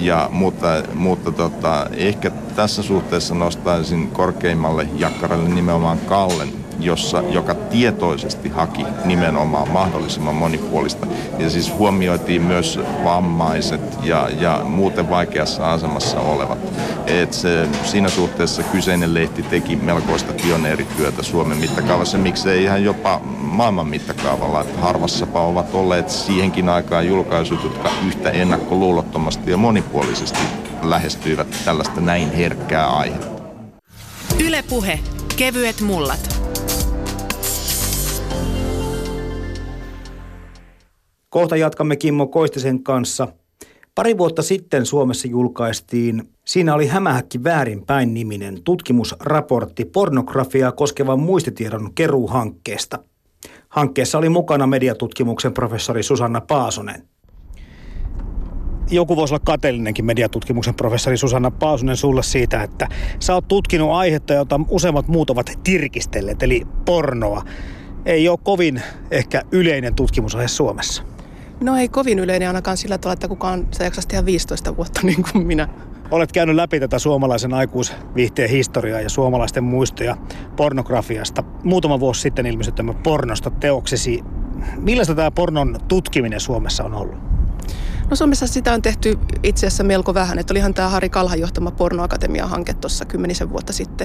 [SPEAKER 3] Mutta ehkä tässä suhteessa nostaisin korkeimmalle jakkaralle nimenomaan Kallen, joka tietoisesti haki nimenomaan mahdollisimman monipuolista. Ja siis huomioitiin myös vammaiset ja muuten vaikeassa asemassa olevat. Siinä suhteessa kyseinen lehti teki melkoista pioneerityötä Suomen mittakaavassa, miksei ihan jopa maailman mittakaavalla. Että harvassapa ovat olleet siihenkin aikaan julkaisut, jotka yhtä ennakkoluulottomasti ja monipuolisesti lähestyivät tällaista näin herkkää aihetta.
[SPEAKER 1] Yle Puhe. Kevyet mullat.
[SPEAKER 2] Kohta jatkamme Kimmo Koistisen kanssa. Pari vuotta sitten Suomessa julkaistiin Siinä oli hämähäkki väärinpäin -niminen tutkimusraportti pornografiaa koskevan muistitiedon keruuhankkeesta. Hankkeessa oli mukana mediatutkimuksen professori Susanna Paasonen. Joku voisi olla kateellinenkin mediatutkimuksen professori Susanna Paasonen sulle siitä, että sä oot tutkinut aihetta, jota useimmat muut ovat tirkistelleet, eli pornoa. Ei ole kovin ehkä yleinen tutkimusaihe Suomessa.
[SPEAKER 6] No ei kovin yleinen ainakaan sillä tavalla, että kukaan sä jaksaisi tehdä 15 vuotta niin kuin minä.
[SPEAKER 2] Olet käynyt läpi tätä suomalaisen aikuisviihteen historiaa ja suomalaisten muistoja pornografiasta. Muutama vuosi sitten ilmestyi tämä Pornosta -teoksesi. Millaista tämä pornon tutkiminen Suomessa on ollut?
[SPEAKER 6] No Suomessa sitä on tehty itse asiassa melko vähän. Että olihan tämä Harri Kalhan johtama Pornoakatemia-hanke tuossa 10 vuotta sitten.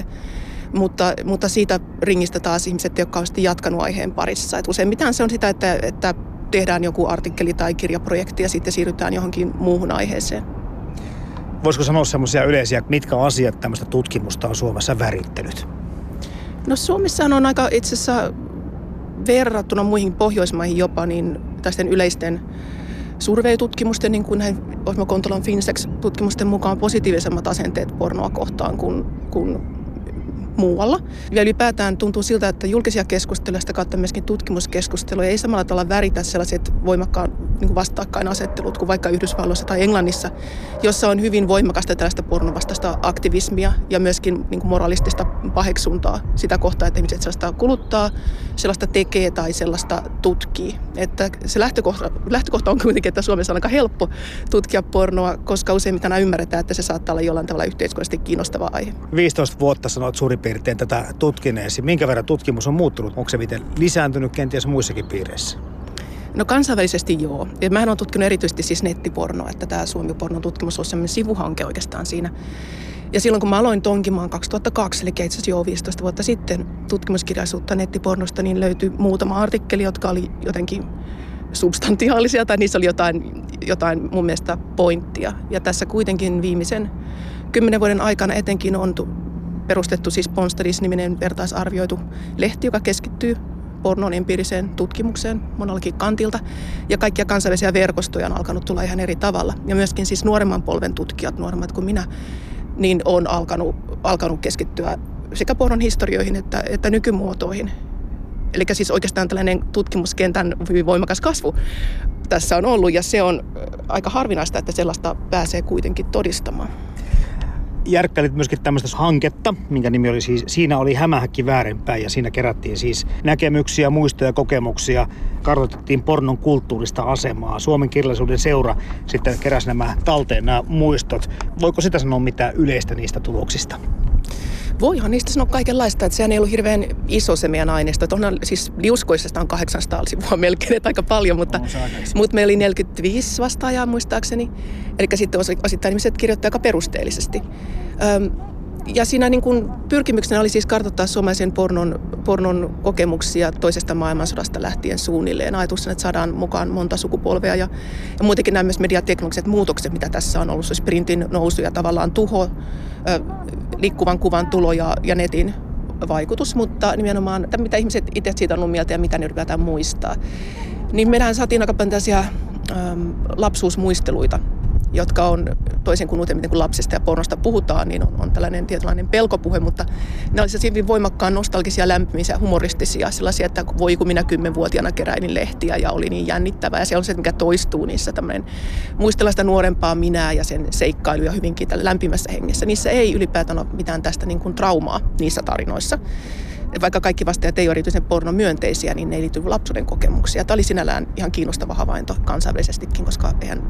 [SPEAKER 6] Mutta siitä ringistä taas ihmiset, jotka ovat jatkanut aiheen parissa. Et useimmiten se on sitä, että tehdään joku artikkeli tai kirjaprojekti ja sitten siirrytään johonkin muuhun aiheeseen.
[SPEAKER 2] Voisiko sanoa semmoisia yleisiä, mitkä asiat tämmöistä tutkimusta on Suomessa värittänyt? No
[SPEAKER 6] Suomessa on aika itse asiassa verrattuna muihin Pohjoismaihin jopa niin tällaisten yleisten survey-tutkimusten, niin kuin näin Osmo Kontolan Finsex-tutkimusten mukaan positiivisemmat asenteet pornoa kohtaan kuin muualla. Ja ylipäätään tuntuu siltä, että julkisia keskusteluja, sitä kautta myöskin tutkimuskeskusteluja ei samalla tavalla väritä sellaiset voimakkaan niin vastakkainasettelut kuin vaikka Yhdysvalloissa tai Englannissa, jossa on hyvin voimakasta tällaista pornovastaista aktivismia ja myöskin niin moralistista paheksuntaa sitä kohtaa, että ihmiset sellaista kuluttaa, sellaista tekee tai sellaista tutkii. Että se lähtökohta on kuitenkin, että Suomessa on aika helppo tutkia pornoa, koska useimmiten ymmärretään, että se saattaa olla jollain tavalla yhteiskunnallisesti kiinnostava aihe.
[SPEAKER 2] 15 vuotta sanoit suurin piirtein tätä tutkineesi. Minkä verran tutkimus on muuttunut? Onko se miten lisääntynyt kenties muissakin piireissä?
[SPEAKER 6] No kansainvälisesti joo. Ja mähän olen tutkinut erityisesti siis nettipornoa, että tämä Suomi-pornon tutkimus on sellainen sivuhanke oikeastaan siinä. Ja silloin kun mä aloin tonkimaan 2002, eli itse asiassa jo 15 vuotta sitten tutkimuskirjallisuutta nettipornosta, niin löytyi muutama artikkeli, jotka oli jotenkin substantiaalisia tai niissä oli jotain mun mielestä pointtia. Ja tässä kuitenkin viimeisen 10 vuoden aikana etenkin on perustettu siis Porn Studies-niminen vertaisarvioitu lehti, joka keskittyy pornon empiiriseen tutkimukseen monellakin kantilta. Ja kaikkia kansainvälisiä verkostoja on alkanut tulla ihan eri tavalla. Ja myöskin siis nuoremman polven tutkijat, nuoremmat kuin minä, niin on alkanut keskittyä sekä pornon historioihin että nykymuotoihin. Eli siis oikeastaan tällainen tutkimuskentän hyvin voimakas kasvu tässä on ollut, ja se on aika harvinaista, että sellaista pääsee kuitenkin todistamaan.
[SPEAKER 2] järkkäilit myöskin tämmöistä hanketta, minkä nimi oli siis Siinä oli hämähäkki väärinpäin, ja siinä kerättiin siis näkemyksiä, muistoja, kokemuksia, kartoitettiin pornon kulttuurista asemaa. Suomen kirjallisuuden seura sitten keräsi nämä talteen nämä muistot. Voiko sitä sanoa mitään yleistä niistä tuloksista?
[SPEAKER 6] Voihan niistä sanoa kaikenlaista, että sehän ei ollut hirveän iso se meidän aineisto. Onhan siis liuskoisesta on 800 sivua melkein, että aika paljon, mutta meillä oli 45 vastaajaa muistaakseni. Eli sitten osittain ihmiset kirjoittaa aika perusteellisesti. Ja siinä niin kuin pyrkimyksenä oli siis kartoittaa suomalaisen pornon kokemuksia toisesta maailmansodasta lähtien suunnilleen. Ajatus, että saadaan mukaan monta sukupolvea ja muutenkin nämä myös mediateknologiset muutokset, mitä tässä on ollut. Se printin nousu ja tavallaan tuho, liikkuvan kuvan tulo ja netin vaikutus, mutta nimenomaan, mitä ihmiset itse siitä on ollut mieltä ja mitä ne ylipäätään muistaa. Niin meidän saatiin aika paljon tällaisia lapsuusmuisteluita, jotka on toisin kuin useimmiten kun lapsista ja pornosta puhutaan, niin on tällainen tietynlainen pelkopuhe, mutta ne olisivat hyvin voimakkaan nostalgisia, lämpimisiä, humoristisia, sellaisia, että voi kun minä 10-vuotiaana keräilin lehtiä ja oli niin jännittävää. Ja se on se, mikä toistuu niissä, tämmöinen muistella sitä nuorempaa minää ja sen seikkailuja hyvinkin tällä lämpimässä hengessä. Niissä ei ylipäätään ole mitään tästä niin kuin traumaa niissä tarinoissa. Vaikka kaikki vastaajat ei ole erityisen pornomyönteisiä, niin ne ei liity lapsuuden kokemuksia. Tämä oli sinällään ihan kiinnostava havainto kansainvälisestikin, koska eihän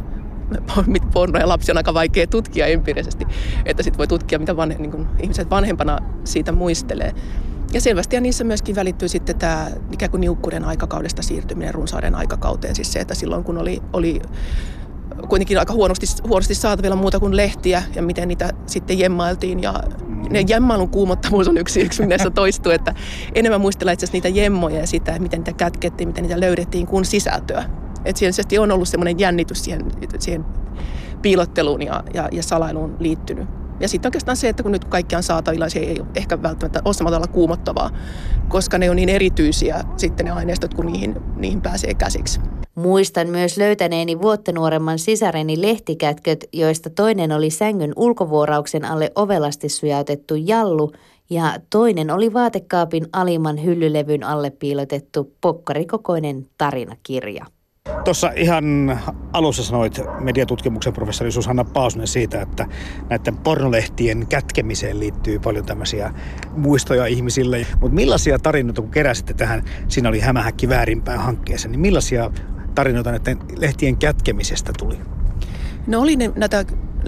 [SPEAKER 6] porno ja lapsi on aika vaikea tutkia empiirisesti, että sitten voi tutkia, mitä niin ihmiset vanhempana siitä muistelee. Ja selvästi ja niissä myöskin välittyy sitten tämä ikään kuin niukkuuden aikakaudesta siirtyminen runsauden aikakauteen. Siis se, että silloin kun oli kuitenkin aika huonosti saatavilla muuta kuin lehtiä ja miten niitä sitten jemmailtiin. Ja ne jemmailun kuumottavuus on yksi näissä toistuu, että enemmän muistellaan itse asiassa niitä jemmoja ja sitä, miten niitä kätkettiin, miten niitä löydettiin kuin sisältöä. Että siellä on ollut semmoinen jännitys siihen piilotteluun ja salailuun liittynyt. Ja sitten oikeastaan se, että kun nyt kaikki on saatavilla, se ei ehkä välttämättä ole samalla tavalla kuumottavaa, koska ne on niin erityisiä sitten ne aineistot, kun niihin pääsee käsiksi.
[SPEAKER 4] Muistan myös löytäneeni vuotta nuoremman sisareni lehtikätköt, joista toinen oli sängyn ulkovuorauksen alle ovelasti sujautettu jallu ja toinen oli vaatekaapin alimman hyllylevyn alle piilotettu pokkarikokoinen tarinakirja.
[SPEAKER 2] Tuossa ihan alussa sanoit mediatutkimuksen professori Susanna Paasunen siitä, että näiden pornolehtien kätkemiseen liittyy paljon tämmöisiä muistoja ihmisille. Mutta millaisia tarinoita, kun keräsitte tähän, siinä oli hämähäkki väärinpäin hankkeeseen, niin millaisia tarinoita näiden lehtien kätkemisestä tuli?
[SPEAKER 6] No oli näitä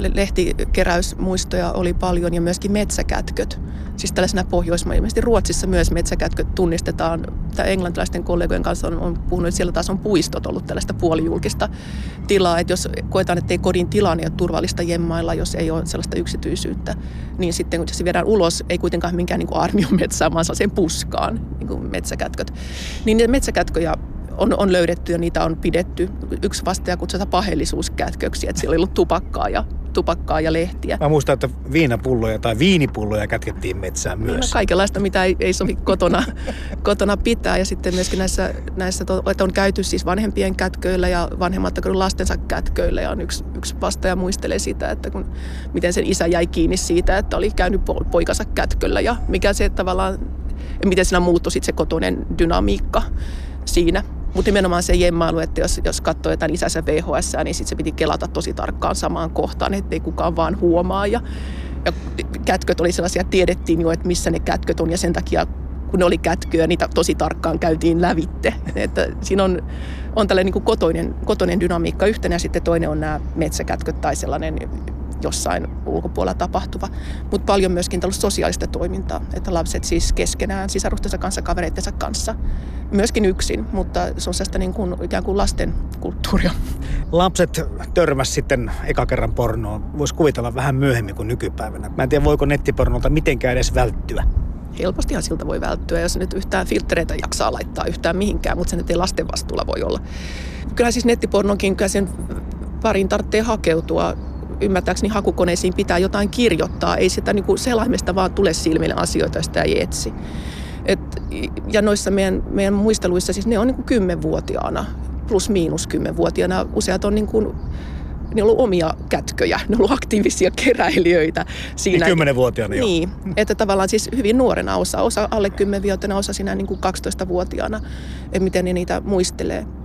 [SPEAKER 6] lehtikeräysmuistoja oli paljon ja myöskin metsäkätköt. Siis tällaisena Pohjoismaissa, ilmeisesti Ruotsissa myös metsäkätköt tunnistetaan. Englantilaisten kollegojen kanssa on puhunut, että siellä taas on puistot ollut tällaista puolijulkista tilaa. Että jos koetaan, että ei kodin tila, niin ole turvallista jemmailla, jos ei ole sellaista yksityisyyttä, niin sitten kun se viedään ulos, ei kuitenkaan minkään niin kuin armion metsään, vaan sellaiseen puskaan, niin kuin metsäkätköt. Niin niitä metsäkätköjä on löydetty ja niitä on pidetty. Yksi vastaaja kutsuu paheellisuuskätköksi, että siellä oli ollut tupakkaa ja lehtiä. Mä
[SPEAKER 2] muistan, että viinapulloja tai viinipulloja kätkettiin metsään myös.
[SPEAKER 6] No, kaikenlaista, mitä ei sovi kotona pitää. Ja sitten myöskin näissä että on käyty siis vanhempien kätköillä ja vanhemmat lastensa kätköillä. Ja on yksi vastaaja muistelee sitä, että miten sen isä jäi kiinni siitä, että oli käynyt poikansa kätköllä. Ja mikä se tavallaan, miten siinä muuttui sitten se kotoinen dynamiikka siinä. Mutta nimenomaan se jemmailu, että jos katsoo jotain isänsä VHS, niin sitten se piti kelata tosi tarkkaan samaan kohtaan, ettei kukaan vaan huomaa. Ja kätköt oli sellaisia, tiedettiin jo, että missä ne kätköt on, ja sen takia, kun ne oli kätköjä, niitä tosi tarkkaan käytiin lävitte. Että siinä on tällainen niin kuin kotoinen dynamiikka yhtenä, ja sitten toinen on nämä metsäkätköt tai sellainen jossain ulkopuolella tapahtuva, mutta paljon myöskin tällaista sosiaalista toimintaa, että lapset siis keskenään, sisarustensa kanssa, kavereittensa kanssa, myöskin yksin, mutta se on sellaista niin kuin, ikään kuin lasten kulttuuria.
[SPEAKER 2] Lapset törmäsivät sitten eka kerran pornoon, voisi kuvitella vähän myöhemmin kuin nykypäivänä. Mä en tiedä, voiko nettipornolta mitenkään edes välttyä.
[SPEAKER 6] Helpostihan siltä voi välttyä, jos nyt yhtään filtreitä jaksaa laittaa yhtään mihinkään, mutta se nyt ei lasten vastuulla voi olla. Kyllä siis nettipornonkin, kyllä sen pariin tarvitsee hakeutua. Ymmärtääkseni hakukoneisiin pitää jotain kirjoittaa. Ei sitä niin kuin selaimesta vaan tule silmille asioita, jos sitä ei etsi. Ja noissa meidän muisteluissa, siis ne on niin kuin 10-vuotiaana, plus miinus 10-vuotiaana. Useat on niin kuin, ne on ollut omia kätköjä, ne on ollut aktiivisia keräilijöitä. Siinä,
[SPEAKER 2] niin 10-vuotiaana jo.
[SPEAKER 6] Niin, että tavallaan siis hyvin nuorena osa alle 10-vuotiaana, osa siinä niin kuin 12-vuotiaana, että miten ne niitä muistelee.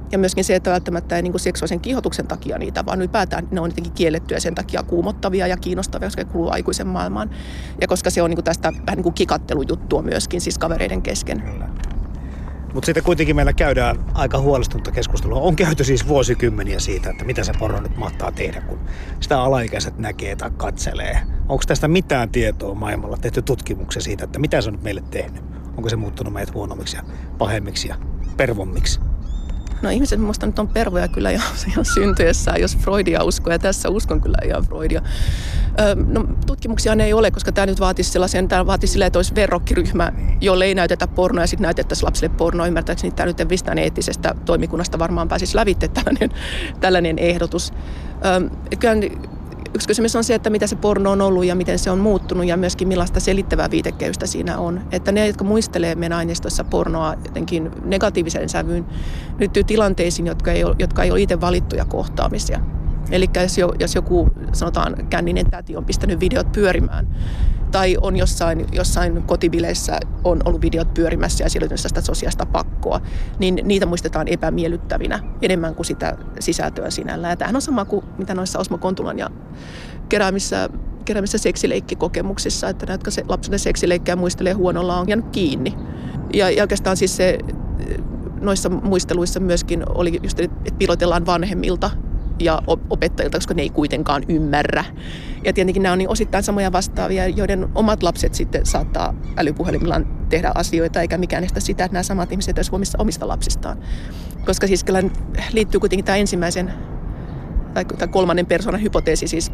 [SPEAKER 6] Ja myöskin se, että välttämättä ei niin kuin seksuaalisen kiihotuksen takia niitä, vaan ylipäätään ne on jotenkin kiellettyä sen takia kuumottavia ja kiinnostavia, koska ne kuuluu aikuisen maailmaan. Ja koska se on niin kuin tästä vähän niin kuin kikattelujuttua myöskin, siis kavereiden kesken.
[SPEAKER 2] Mutta sitten kuitenkin meillä käydään aika huolestunutta keskustelua. On käyty siis vuosikymmeniä siitä, että mitä se porno nyt mahtaa tehdä, kun sitä alaikäiset näkee tai katselee. Onko tästä mitään tietoa maailmalla tehty tutkimuksia siitä, että mitä se on nyt meille tehnyt? Onko se muuttunut meidät huonommiksi ja pahemmiksi ja pervommiksi?
[SPEAKER 6] No ihmiset minusta nyt on pervoja kyllä jo syntyessään, jos Freudia uskoo, ja tässä uskon kyllä ihan Freudia. No tutkimuksia ei ole, koska tämä nyt vaatisi silleen, että olisi verrokkiryhmä, jolle ei näytetä pornoa ja sitten näytettäisiin lapsille pornoa. Ymmärtääkseni tämä nyt mistään eettisestä toimikunnasta varmaan pääsisi lävitse tällainen ehdotus. Kyllä yksi kysymys on se, että mitä se porno on ollut ja miten se on muuttunut ja myöskin millaista selittävää viitekehystä siinä on. Että ne, jotka muistelee meidän aineistossa pornoa jotenkin negatiivisen sävyyn, liittyy tilanteisiin, jotka ei ole itse valittuja kohtaamisia. Eli jos joku, sanotaan, känninen täti on pistänyt videot pyörimään tai on jossain kotibileissä on ollut videot pyörimässä ja siellä on sitä sosiaalista pakkoa, niin niitä muistetaan epämiellyttävinä enemmän kuin sitä sisältöä sinällään. Ja tämähän on sama kuin mitä noissa Osmo Kontulan ja keräämissä seksileikkikokemuksissa, että ne, jotka lapsen seksileikkejä muistelee huonolla, on jäänyt kiinni. Ja oikeastaan siis se noissa muisteluissa myöskin oli just, että piilotellaan vanhemmilta ja opettajilta, koska ne ei kuitenkaan ymmärrä. Ja tietenkin nämä on niin osittain samoja vastaavia, joiden omat lapset sitten saattaa älypuhelimillaan tehdä asioita, eikä mikään estä sitä, että nämä samat ihmiset eivät huomissa omista lapsistaan. Koska siis kyllä liittyy kuitenkin tämä ensimmäisen tai kolmannen persoonan hypoteesi siis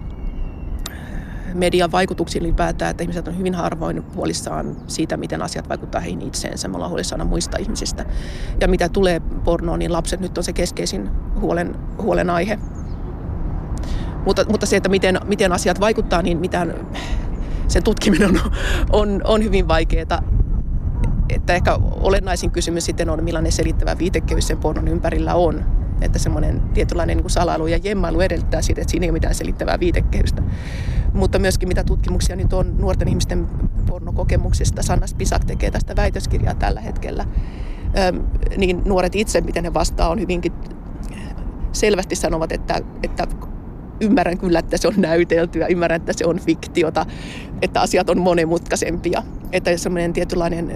[SPEAKER 6] median vaikutuksiin ylipäätään, että ihmiset on hyvin harvoin huolissaan siitä, miten asiat vaikuttaa heihin itseensä. Me ollaan huolissaan muista ihmisistä. Ja mitä tulee pornoon, niin lapset nyt on se keskeisin huolenaihe. Mutta se, että miten asiat vaikuttaa, niin sen tutkiminen on hyvin vaikeaa. Että ehkä olennaisin kysymys sitten on, millainen selittävä viitekehys sen pornon ympärillä on. Että semmoinen tietynlainen niin kuin salailu ja jemmailu edellyttää siitä, että siinä ei ole mitään selittävää viitekehystä. Mutta myöskin mitä tutkimuksia nyt on nuorten ihmisten pornokokemuksista. Sanna Spisak tekee tästä väitöskirjaa tällä hetkellä. Niin nuoret itse, miten ne vastaa, on hyvinkin selvästi sanovat, että ymmärrän kyllä, että se on näyteltyä, ymmärrän, että se on fiktiota, että asiat on monimutkaisempia. Että semmoinen tietynlainen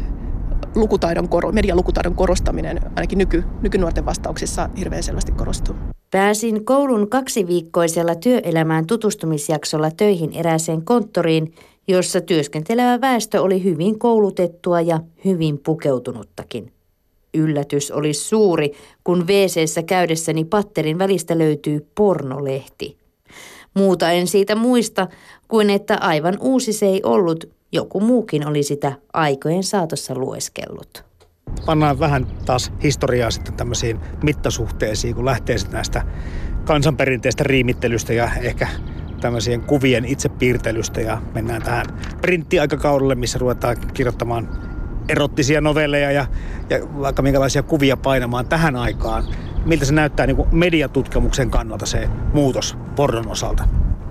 [SPEAKER 6] medialukutaidon korostaminen ainakin nykynuorten vastauksissa hirveän selvästi korostuu.
[SPEAKER 4] Pääsin koulun 2-viikkoisella työelämään tutustumisjaksolla töihin erääseen konttoriin, jossa työskentelevä väestö oli hyvin koulutettua ja hyvin pukeutunuttakin. Yllätys oli suuri, kun WC:ssä käydessäni patterin välistä löytyy pornolehti. Muuta en siitä muista, kuin että aivan uusi se ei ollut. Joku muukin oli sitä aikojen saatossa lueskellut.
[SPEAKER 2] Pannaan vähän taas historiaa sitten tämmöisiin mittasuhteisiin, kun lähtee sitten näistä kansanperinteistä riimittelystä ja ehkä tämmöisien kuvien itsepiirtelystä ja mennään tähän printtiaikakaudelle, missä ruvetaan kirjoittamaan erottisia novelleja ja vaikka minkälaisia kuvia painamaan tähän aikaan. Miltä se näyttää niin kuin mediatutkimuksen kannalta se muutos pornon osalta?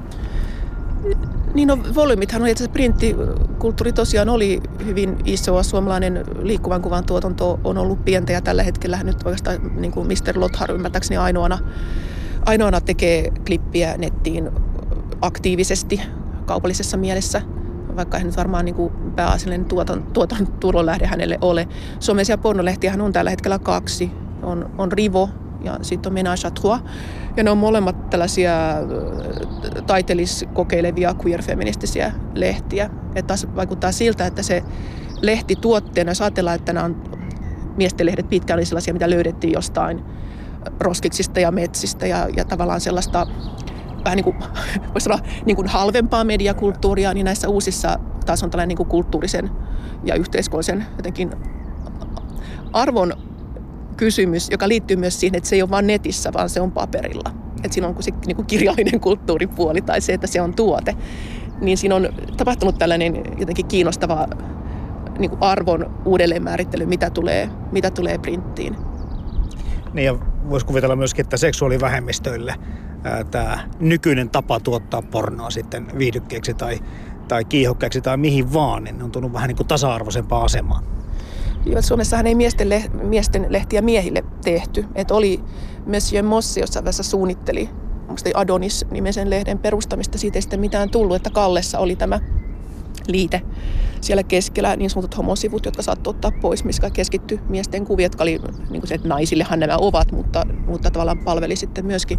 [SPEAKER 6] Niin volyymithan on, että se printtikulttuuri tosiaan oli hyvin isoa. Suomalainen liikkuvan kuvan tuotanto on ollut pientä ja tällä hetkellä nyt oikeastaan niin kuin Mr. Lothar ymmärtääkseni ainoana tekee klippiä nettiin aktiivisesti kaupallisessa mielessä, vaikka hän nyt varmaan niin kuin pääasiallinen tuotannon tulonlähde hänelle ole. Suomalaisia pornolehtiähän on tällä hetkellä 2. On Rivo ja sitten on Ménage à Trois. Ja ne on molemmat tällaisia taiteelliskokeilevia queer-feministisiä lehtiä. Että taas vaikuttaa siltä, että se lehti tuotteena, jos ajatellaan, että nämä on miesten lehdet pitkään oli sellaisia, mitä löydettiin jostain roskiksista ja metsistä ja tavallaan sellaista vähän niin kuin, voisi sanoa, niin kuin halvempaa mediakulttuuria, niin näissä uusissa taas on tällainen niin kuin kulttuurisen ja yhteiskunnallisen jotenkin arvon kysymys, joka liittyy myös siihen, että se ei ole vain netissä, vaan se on paperilla. Että siinä on se niin kuin kirjallinen kulttuuripuoli tai se, että se on tuote. Niin siinä on tapahtunut tällainen jotenkin kiinnostava niin kuin arvon uudelleenmäärittely, mitä tulee printtiin.
[SPEAKER 2] Niin ja voisi kuvitella myöskin, että seksuaalivähemmistöille tämä nykyinen tapa tuottaa pornoa sitten viihdykkeeksi tai kiihokkeeksi tai mihin vaan, niin on tullut vähän niin kuin tasa-arvoisempaan asemaan.
[SPEAKER 6] Suomessahan ei miesten lehtiä miehille tehty. Että oli Monsieur Mosse jossain vaiheessa suunnitteli Adonis-nimisen lehden perustamista. Siitä ei sitten mitään tullut, että Kallessa oli tämä liite siellä keskellä, niin sanotut homosivut, jotka saattoi ottaa pois, missä keskittyi miesten kuvia, jotka oli niin kuin se, että naisillehan nämä ovat, mutta tavallaan palveli sitten myöskin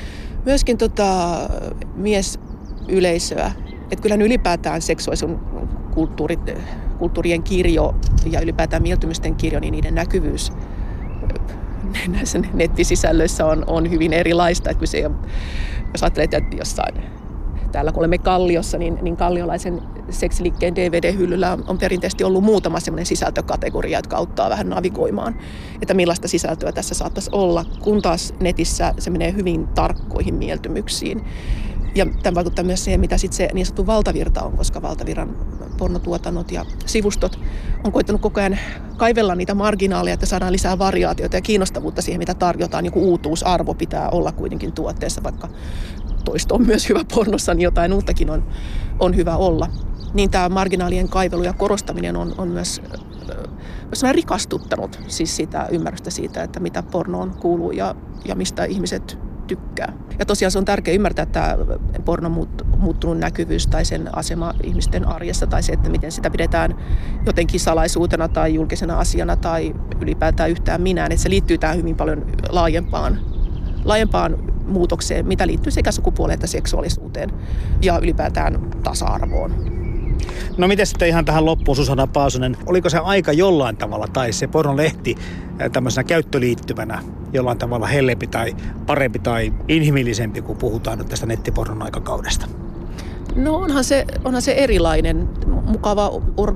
[SPEAKER 6] miesyleisöä. Että kyllähän ylipäätään seksuaalisen kulttuurien kirjo ja ylipäätään mieltymysten kirjo, niin niiden näkyvyys näissä nettisisällöissä on hyvin erilaista. Että se, jos ajattelet, että jossain täällä kun olemme Kalliossa, niin kalliolaisen seksiliikkeen DVD-hyllyllä on perinteisesti ollut muutama sellainen sisältökategoria, jotka auttaa vähän navigoimaan, että millaista sisältöä tässä saattaisi olla, kun taas netissä se menee hyvin tarkkoihin mieltymyksiin. Ja tämä vaikuttaa myös siihen, mitä sitten se niin sanottu valtavirta on, koska valtavirran pornotuotannot ja sivustot on koittanut koko ajan kaivella niitä marginaaleja, että saadaan lisää variaatioita ja kiinnostavuutta siihen, mitä tarjotaan. Joku uutuusarvo pitää olla kuitenkin tuotteessa, vaikka toisto on myös hyvä pornossa, niin jotain uuttakin on hyvä olla. Niin tämä marginaalien kaivelu ja korostaminen on myös rikastuttanut siis sitä ymmärrystä siitä, että mitä pornoon kuuluu ja mistä ihmiset tykkää. Ja tosiaan se on tärkeää ymmärtää, että pornon muuttunut näkyvyys tai sen asema ihmisten arjessa tai se, että miten sitä pidetään jotenkin salaisuutena tai julkisena asiana tai ylipäätään yhtään minään. Että se liittyy tähän hyvin paljon laajempaan muutokseen, mitä liittyy sekä sukupuoleen että seksuaalisuuteen ja ylipäätään tasa-arvoon.
[SPEAKER 2] No miten sitten ihan tähän loppuun, Susanna Paasonen, oliko se aika jollain tavalla tai se pornolehti tämmöisenä käyttöliittyvänä jollain tavalla hellempi tai parempi tai inhimillisempi, kun puhutaan nyt tästä nettipornon aikakaudesta?
[SPEAKER 6] No onhan se erilainen, mukava,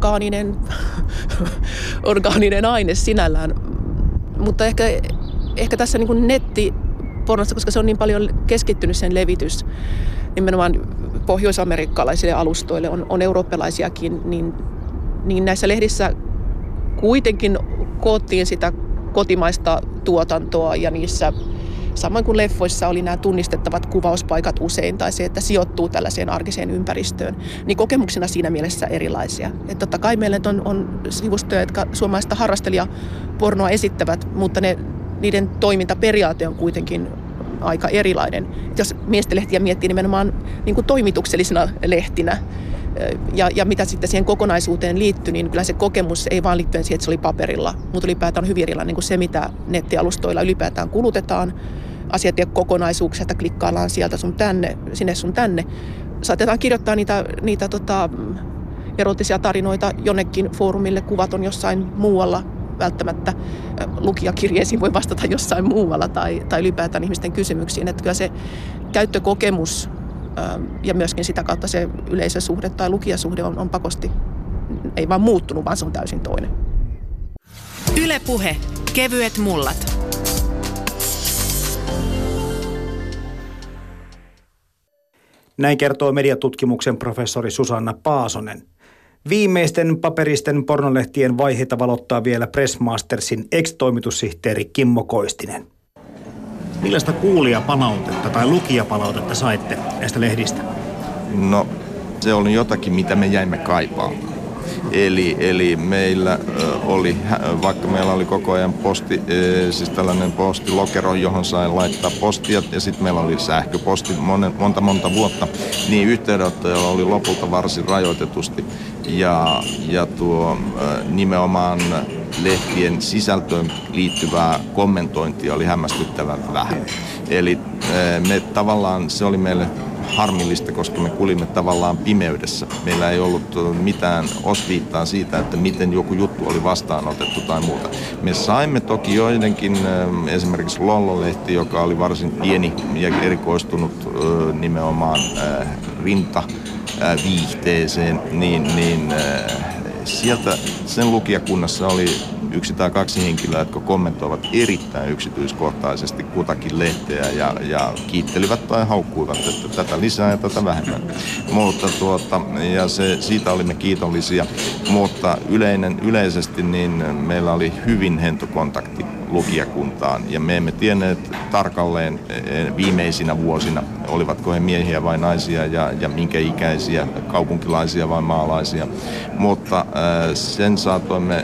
[SPEAKER 6] orgaaninen aine sinällään, mutta ehkä tässä niin kuin nettipornossa, koska se on niin paljon keskittynyt sen levitys, nimenomaan pohjoisamerikkalaisille alustoille, on eurooppalaisiakin, niin näissä lehdissä kuitenkin koottiin sitä kotimaista tuotantoa ja niissä, samoin kuin leffoissa oli nämä tunnistettavat kuvauspaikat usein tai se, että sijoittuu tällaiseen arkiseen ympäristöön, niin kokemuksina siinä mielessä erilaisia. Että totta kai meillä on sivustoja, jotka suomalaista harrastelijapornoa esittävät, mutta niiden toimintaperiaate on kuitenkin aika erilainen. Jos miestenlehtiä miettii nimenomaan niin kuin toimituksellisena lehtinä ja mitä sitten siihen kokonaisuuteen liittyy, niin kyllä se kokemus ei vaan liittyen siihen, että se oli paperilla, mutta ylipäätään on hyvin erilainen niin kuin se, mitä nettialustoilla ylipäätään kulutetaan. Asiat ja kokonaisuuksia, että klikkaillaan sieltä sinne sun tänne. Saatetaan kirjoittaa niitä erottisia tarinoita jonnekin foorumille, kuvat on jossain muualla. Välttämättä lukijakirjeisiin voi vastata jossain muualla tai ylipäätään ihmisten kysymyksiin. Että kyllä se käyttökokemus ja myöskin sitä kautta se yleisösuhde tai lukijasuhde on pakosti, ei vaan muuttunut, vaan se on täysin toinen.
[SPEAKER 1] Yle Puhe. Kevyet mullat.
[SPEAKER 2] Näin kertoo mediatutkimuksen professori Susanna Paasonen. Viimeisten paperisten pornolehtien vaiheita valottaa vielä Pressmastersin ex-toimitussihteeri Kimmo Koistinen. Millaista kuulijapalautetta tai lukijapalautetta saitte näistä lehdistä?
[SPEAKER 3] No, se oli jotakin, mitä me jäimme kaipaamaan. Eli meillä oli, vaikka meillä oli koko ajan siis tällainen postilokero, johon sai laittaa postia, ja sitten meillä oli sähköposti monta vuotta, niin yhteydenottoja oli lopulta varsin rajoitetusti. Ja nimenomaan lehtien sisältöön liittyvää kommentointia oli hämmästyttävän vähän. Eli se oli meille harmillista, koska me kulimme tavallaan pimeydessä. Meillä ei ollut mitään osviittaa siitä, että miten joku juttu oli vastaanotettu tai muuta. Me saimme toki joidenkin, esimerkiksi Lollo-lehti, joka oli varsin pieni ja erikoistunut nimenomaan rintaviihteeseen, niin sieltä sen lukijakunnassa oli 1 tai 2 henkilöä, jotka kommentoivat erittäin yksityiskohtaisesti kutakin lehteä ja kiittelivät tai haukkuivat, että tätä lisää ja tätä vähemmän. Mutta siitä olimme kiitollisia, mutta yleisesti niin meillä oli hyvin hento kontakti lukijakuntaan. Ja me emme tienneet tarkalleen viimeisinä vuosina, olivatko he miehiä vai naisia ja minkä ikäisiä, kaupunkilaisia vai maalaisia. Mutta sen saatoimme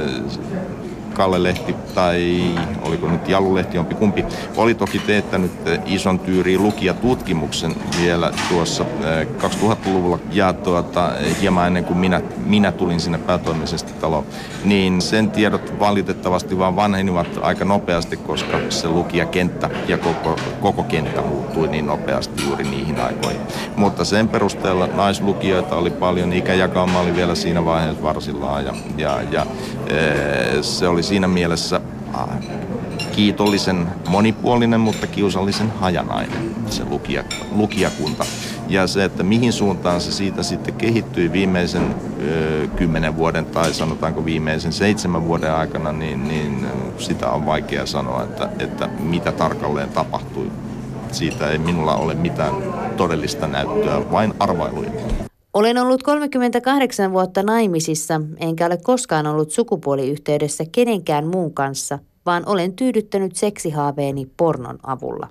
[SPEAKER 3] Kalle-lehti tai oliko nyt Jallu-lehti, jompikumpi, oli toki teettänyt ison tyyriin lukijatutkimuksen vielä tuossa 2000-luvulla ja hieman ennen kuin minä tulin sinne päätoimisesti taloon, niin sen tiedot valitettavasti vaan vanhenivat aika nopeasti, koska se lukijakenttä ja koko kenttä muuttui niin nopeasti juuri niihin aikoihin. Mutta sen perusteella naislukijoita oli paljon, ikäjakauma oli vielä siinä vaiheessa varsillaan ja se oli siinä mielessä kiitollisen monipuolinen, mutta kiusallisen hajanainen se lukijakunta. Ja se, että mihin suuntaan se siitä sitten kehittyi viimeisen 10 vuoden tai sanotaanko viimeisen 7 vuoden aikana, niin sitä on vaikea sanoa, että mitä tarkalleen tapahtui. Siitä ei minulla ole mitään todellista näyttöä, vain arvailuja.
[SPEAKER 4] Olen ollut 38 vuotta naimisissa, enkä ole koskaan ollut sukupuoliyhteydessä kenenkään muun kanssa, vaan olen tyydyttänyt seksihaaveeni pornon avulla.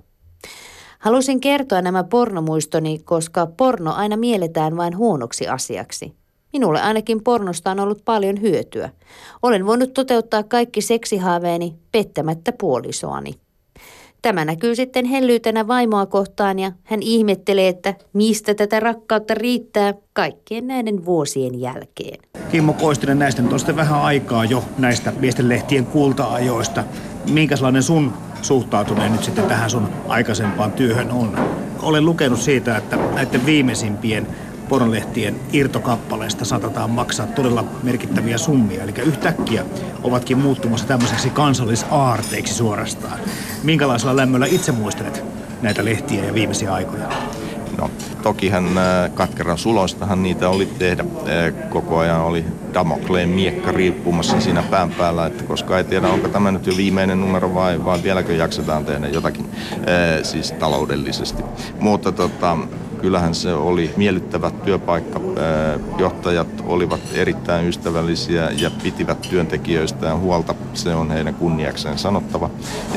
[SPEAKER 4] Halusin kertoa nämä pornomuistoni, koska porno aina mielletään vain huonoksi asiaksi. Minulle ainakin pornosta on ollut paljon hyötyä. Olen voinut toteuttaa kaikki seksihaaveeni pettämättä puolisoani. Tämä näkyy sitten hellyytenä vaimoa kohtaan ja hän ihmettelee, että mistä tätä rakkautta riittää kaikkien näiden vuosien jälkeen.
[SPEAKER 2] Kimmo Koistinen, näistä nyt on sitten vähän aikaa jo näistä miestenlehtien kulta-ajoista. Minkälainen sun suhtautuminen nyt sitten tähän sun aikaisempaan työhön on? Olen lukenut siitä, että näiden viimeisimpien pornolehtien irtokappaleista saatetaan maksaa todella merkittäviä summia. Eli yhtäkkiä ovatkin muuttumassa tämmöiseksi kansallisaarteiksi suorastaan. Minkälaisella lämmöllä itse muistelet näitä lehtiä ja viimeisiä aikoja?
[SPEAKER 3] No, tokihan katkeran suloistahan niitä oli tehdä. Koko ajan oli Damokleen miekka riippumassa siinä pään päällä, että koska ei tiedä, onko tämä nyt jo viimeinen numero vai vieläkö jaksetaan tehdä jotakin, siis taloudellisesti. Mutta kyllähän se oli miellyttävä työpaikka. Johtajat olivat erittäin ystävällisiä ja pitivät työntekijöistään huolta. Se on heidän kunniakseen sanottava.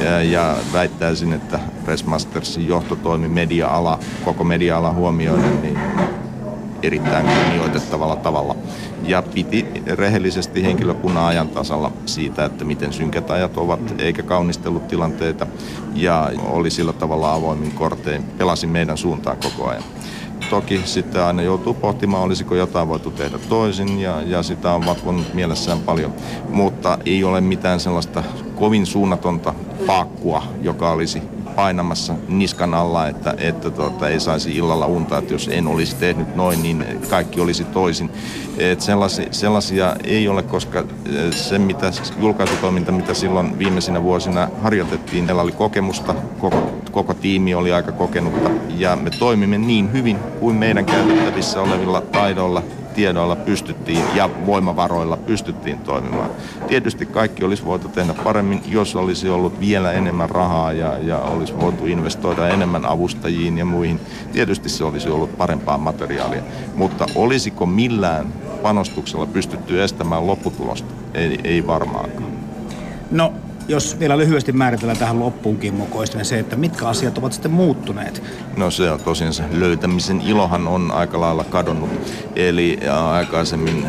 [SPEAKER 3] Ja väittäisin, että Pressmastersin johto toimi koko media-ala huomioiden niin erittäin kunnioitettavalla tavalla. Ja piti rehellisesti henkilökunnan ajan tasalla siitä, että miten synkät ajat ovat, eikä kaunistellut tilanteita. Ja oli sillä tavalla avoimin kortein, pelasi meidän suuntaan koko ajan. Toki sitten aina joutuu pohtimaan, olisiko jotain voitu tehdä toisin, ja sitä on vatvonnut mielessään paljon. Mutta ei ole mitään sellaista kovin suunnatonta paakkua, joka olisi painamassa niskan alla, että ei saisi illalla unta, että jos en olisi tehnyt noin, niin kaikki olisi toisin. Sellaisia ei ole, koska se julkaisutoiminta, mitä silloin viimeisinä vuosina harjoitettiin, meillä oli kokemusta, koko tiimi oli aika kokenutta ja me toimimme niin hyvin kuin meidän käytettävissä olevilla taidoilla, tiedoilla pystyttiin ja voimavaroilla pystyttiin toimimaan. Tietysti kaikki olisi voitu tehdä paremmin, jos olisi ollut vielä enemmän rahaa ja olisi voitu investoida enemmän avustajiin ja muihin. Tietysti se olisi ollut parempaa materiaalia, mutta olisiko millään panostuksella pystytty estämään lopputulosta? Ei varmaankaan.
[SPEAKER 2] No, jos vielä lyhyesti määritellään tähän loppuun, Kimmo Koistinen, se, että mitkä asiat ovat sitten muuttuneet?
[SPEAKER 3] No se on tosiaan se löytämisen ilohan on aika lailla kadonnut. Eli aikaisemmin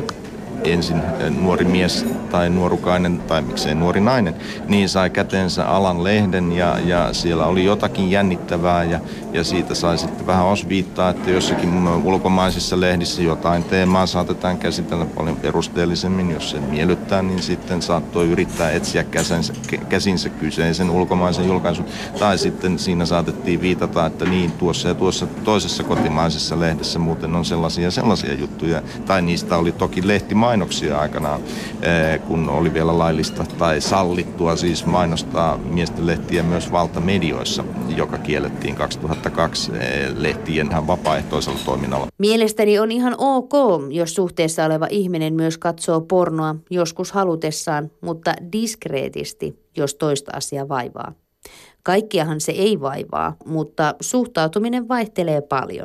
[SPEAKER 3] ensin nuori mies tai nuorukainen tai miksei nuori nainen, niin sai käteensä alan lehden ja siellä oli jotakin jännittävää ja siitä sai sitten vähän osviittaa, että jossakin ulkomaisissa lehdissä jotain teemaa saatetaan käsitellä paljon perusteellisemmin. Jos se miellyttää, niin sitten saattoi yrittää etsiä käsinsä kyseisen ulkomaisen julkaisun. Tai sitten siinä saatettiin viitata, että niin tuossa ja tuossa toisessa kotimaisessa lehdessä muuten on sellaisia juttuja. Tai niistä oli toki lehtimainoksia aikanaan, kun oli vielä laillista tai sallittua siis mainostaa miesten lehtiä myös valtamedioissa, joka kiellettiin 2002 lehtien ihan vapaaehtoisella toiminnalla.
[SPEAKER 4] Mielestäni on ihan ok, jos suhteessa oleva ihminen myös katsoo pornoa joskus halutessaan, mutta diskreetisti, jos toista asiaa vaivaa. Kaikkiahan se ei vaivaa, mutta suhtautuminen vaihtelee paljon.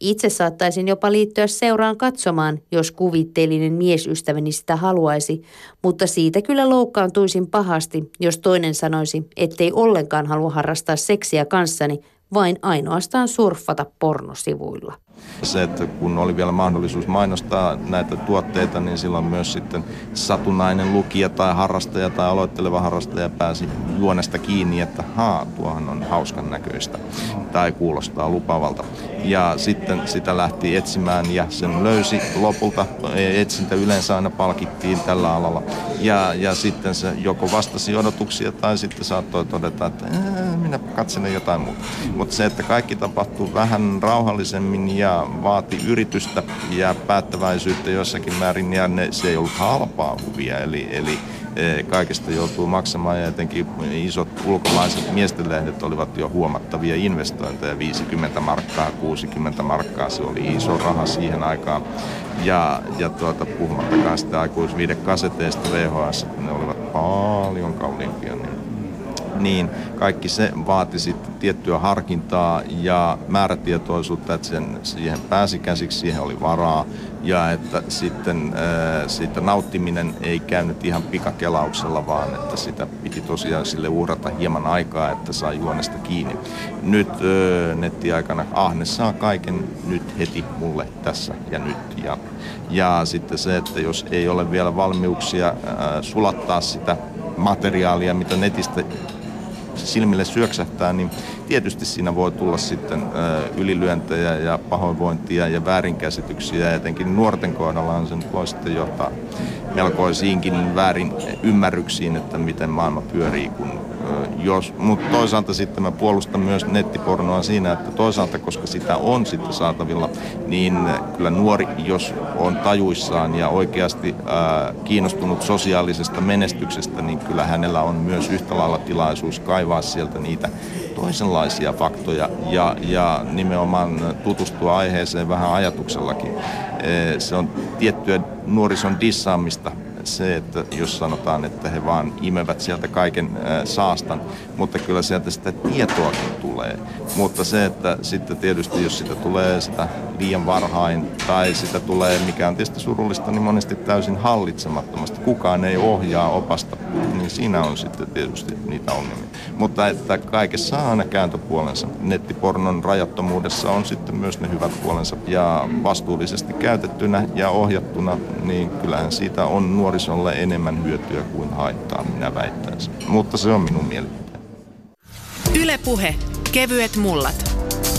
[SPEAKER 4] Itse saattaisin jopa liittyä seuraan katsomaan, jos kuvitteellinen miesystäväni sitä haluaisi, mutta siitä kyllä loukkaantuisin pahasti, jos toinen sanoisi, ettei ollenkaan halua harrastaa seksiä kanssani, vain ainoastaan surffata pornosivuilla.
[SPEAKER 3] Se, että kun oli vielä mahdollisuus mainostaa näitä tuotteita, niin silloin myös sitten satunnainen lukija tai harrastaja tai aloitteleva harrastaja pääsi juonesta kiinni, että tuohan on hauskan näköistä tai kuulostaa lupavalta. Ja sitten sitä lähti etsimään ja sen löysi lopulta. Etsintä yleensä aina palkittiin tällä alalla. Ja sitten se joko vastasi odotuksia tai sitten saattoi todeta, että minä katselen jotain muuta. Mutta se, että kaikki tapahtuu vähän rauhallisemmin ja vaati yritystä ja päättäväisyyttä jossakin määrin, ja se ei ollut halpaa huvia, eli kaikesta joutuu maksamaan, ja jotenkin isot ulkomaiset miestenlehdet olivat jo huomattavia investointeja, 50 markkaa, 60 markkaa, se oli iso raha siihen aikaan, ja puhumattakaan sitä aikuisviidekaseteista VHS, ne olivat paljon kalliimpia, niin kaikki se vaati sitten tiettyä harkintaa ja määrätietoisuutta, että siihen pääsi käsiksi, siihen oli varaa ja että sitten siitä nauttiminen ei käynyt ihan pikakelauksella, vaan että sitä piti tosiaan sille uhrata hieman aikaa, että sai juonesta kiinni. Nyt nettiaikana ahne saa kaiken nyt heti mulle tässä ja nyt. Ja sitten se, että jos ei ole vielä valmiuksia sulattaa sitä materiaalia, mitä netistä silmille syöksähtää, niin tietysti siinä voi tulla sitten ylilyöntejä ja pahoinvointia ja väärinkäsityksiä. Ja etenkin nuorten kohdallaan sen voi sitten johtaa melkoisiinkin väärin ymmärryksiin, että miten maailma pyörii. Mutta toisaalta sitten mä puolustan myös nettipornoa siinä, että toisaalta, koska sitä on sitten saatavilla, niin kyllä nuori, jos on tajuissaan ja oikeasti kiinnostunut sosiaalisesta menestyksestä, niin kyllä hänellä on myös yhtä lailla tilaisuus kaivaa sieltä niitä toisenlaisia faktoja ja nimenomaan tutustua aiheeseen vähän ajatuksellakin. Se on tiettyä nuorison dissaamista. Se, että jos sanotaan, että he vaan imevät sieltä kaiken saastan, mutta kyllä sieltä sitä tietoakin tulee. Mutta se, että sitten tietysti jos sitä tulee sitä liian varhain tai sitä tulee, mikä on tietysti surullista, niin monesti täysin hallitsemattomasti. Kukaan ei ohjaa opasta, niin siinä on sitten tietysti niitä ongelmia. Mutta että kaikessa on aina kääntöpuolensa. Nettipornon rajattomuudessa on sitten myös ne hyvät puolensa. Ja vastuullisesti käytettynä ja ohjattuna, niin kyllähän siitä on nuorisolle enemmän hyötyä kuin haittaa, minä väittäisin. Mutta se on minun mielipiteeni.
[SPEAKER 1] Yle Puhe. Kevyet mullat.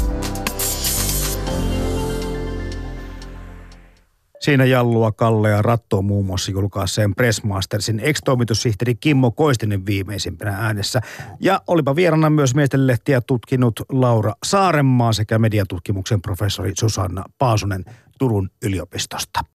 [SPEAKER 2] Siinä Jallua, Kalle ja Rattoa muun muassa julkaiseen Pressmastersin ex-toimitussihteeri Kimmo Koistinen viimeisimpänä äänessä. Ja olipa vierana myös miestenlehtiä tutkinut Laura Saarenmaa sekä mediatutkimuksen professori Susanna Paasonen Turun yliopistosta.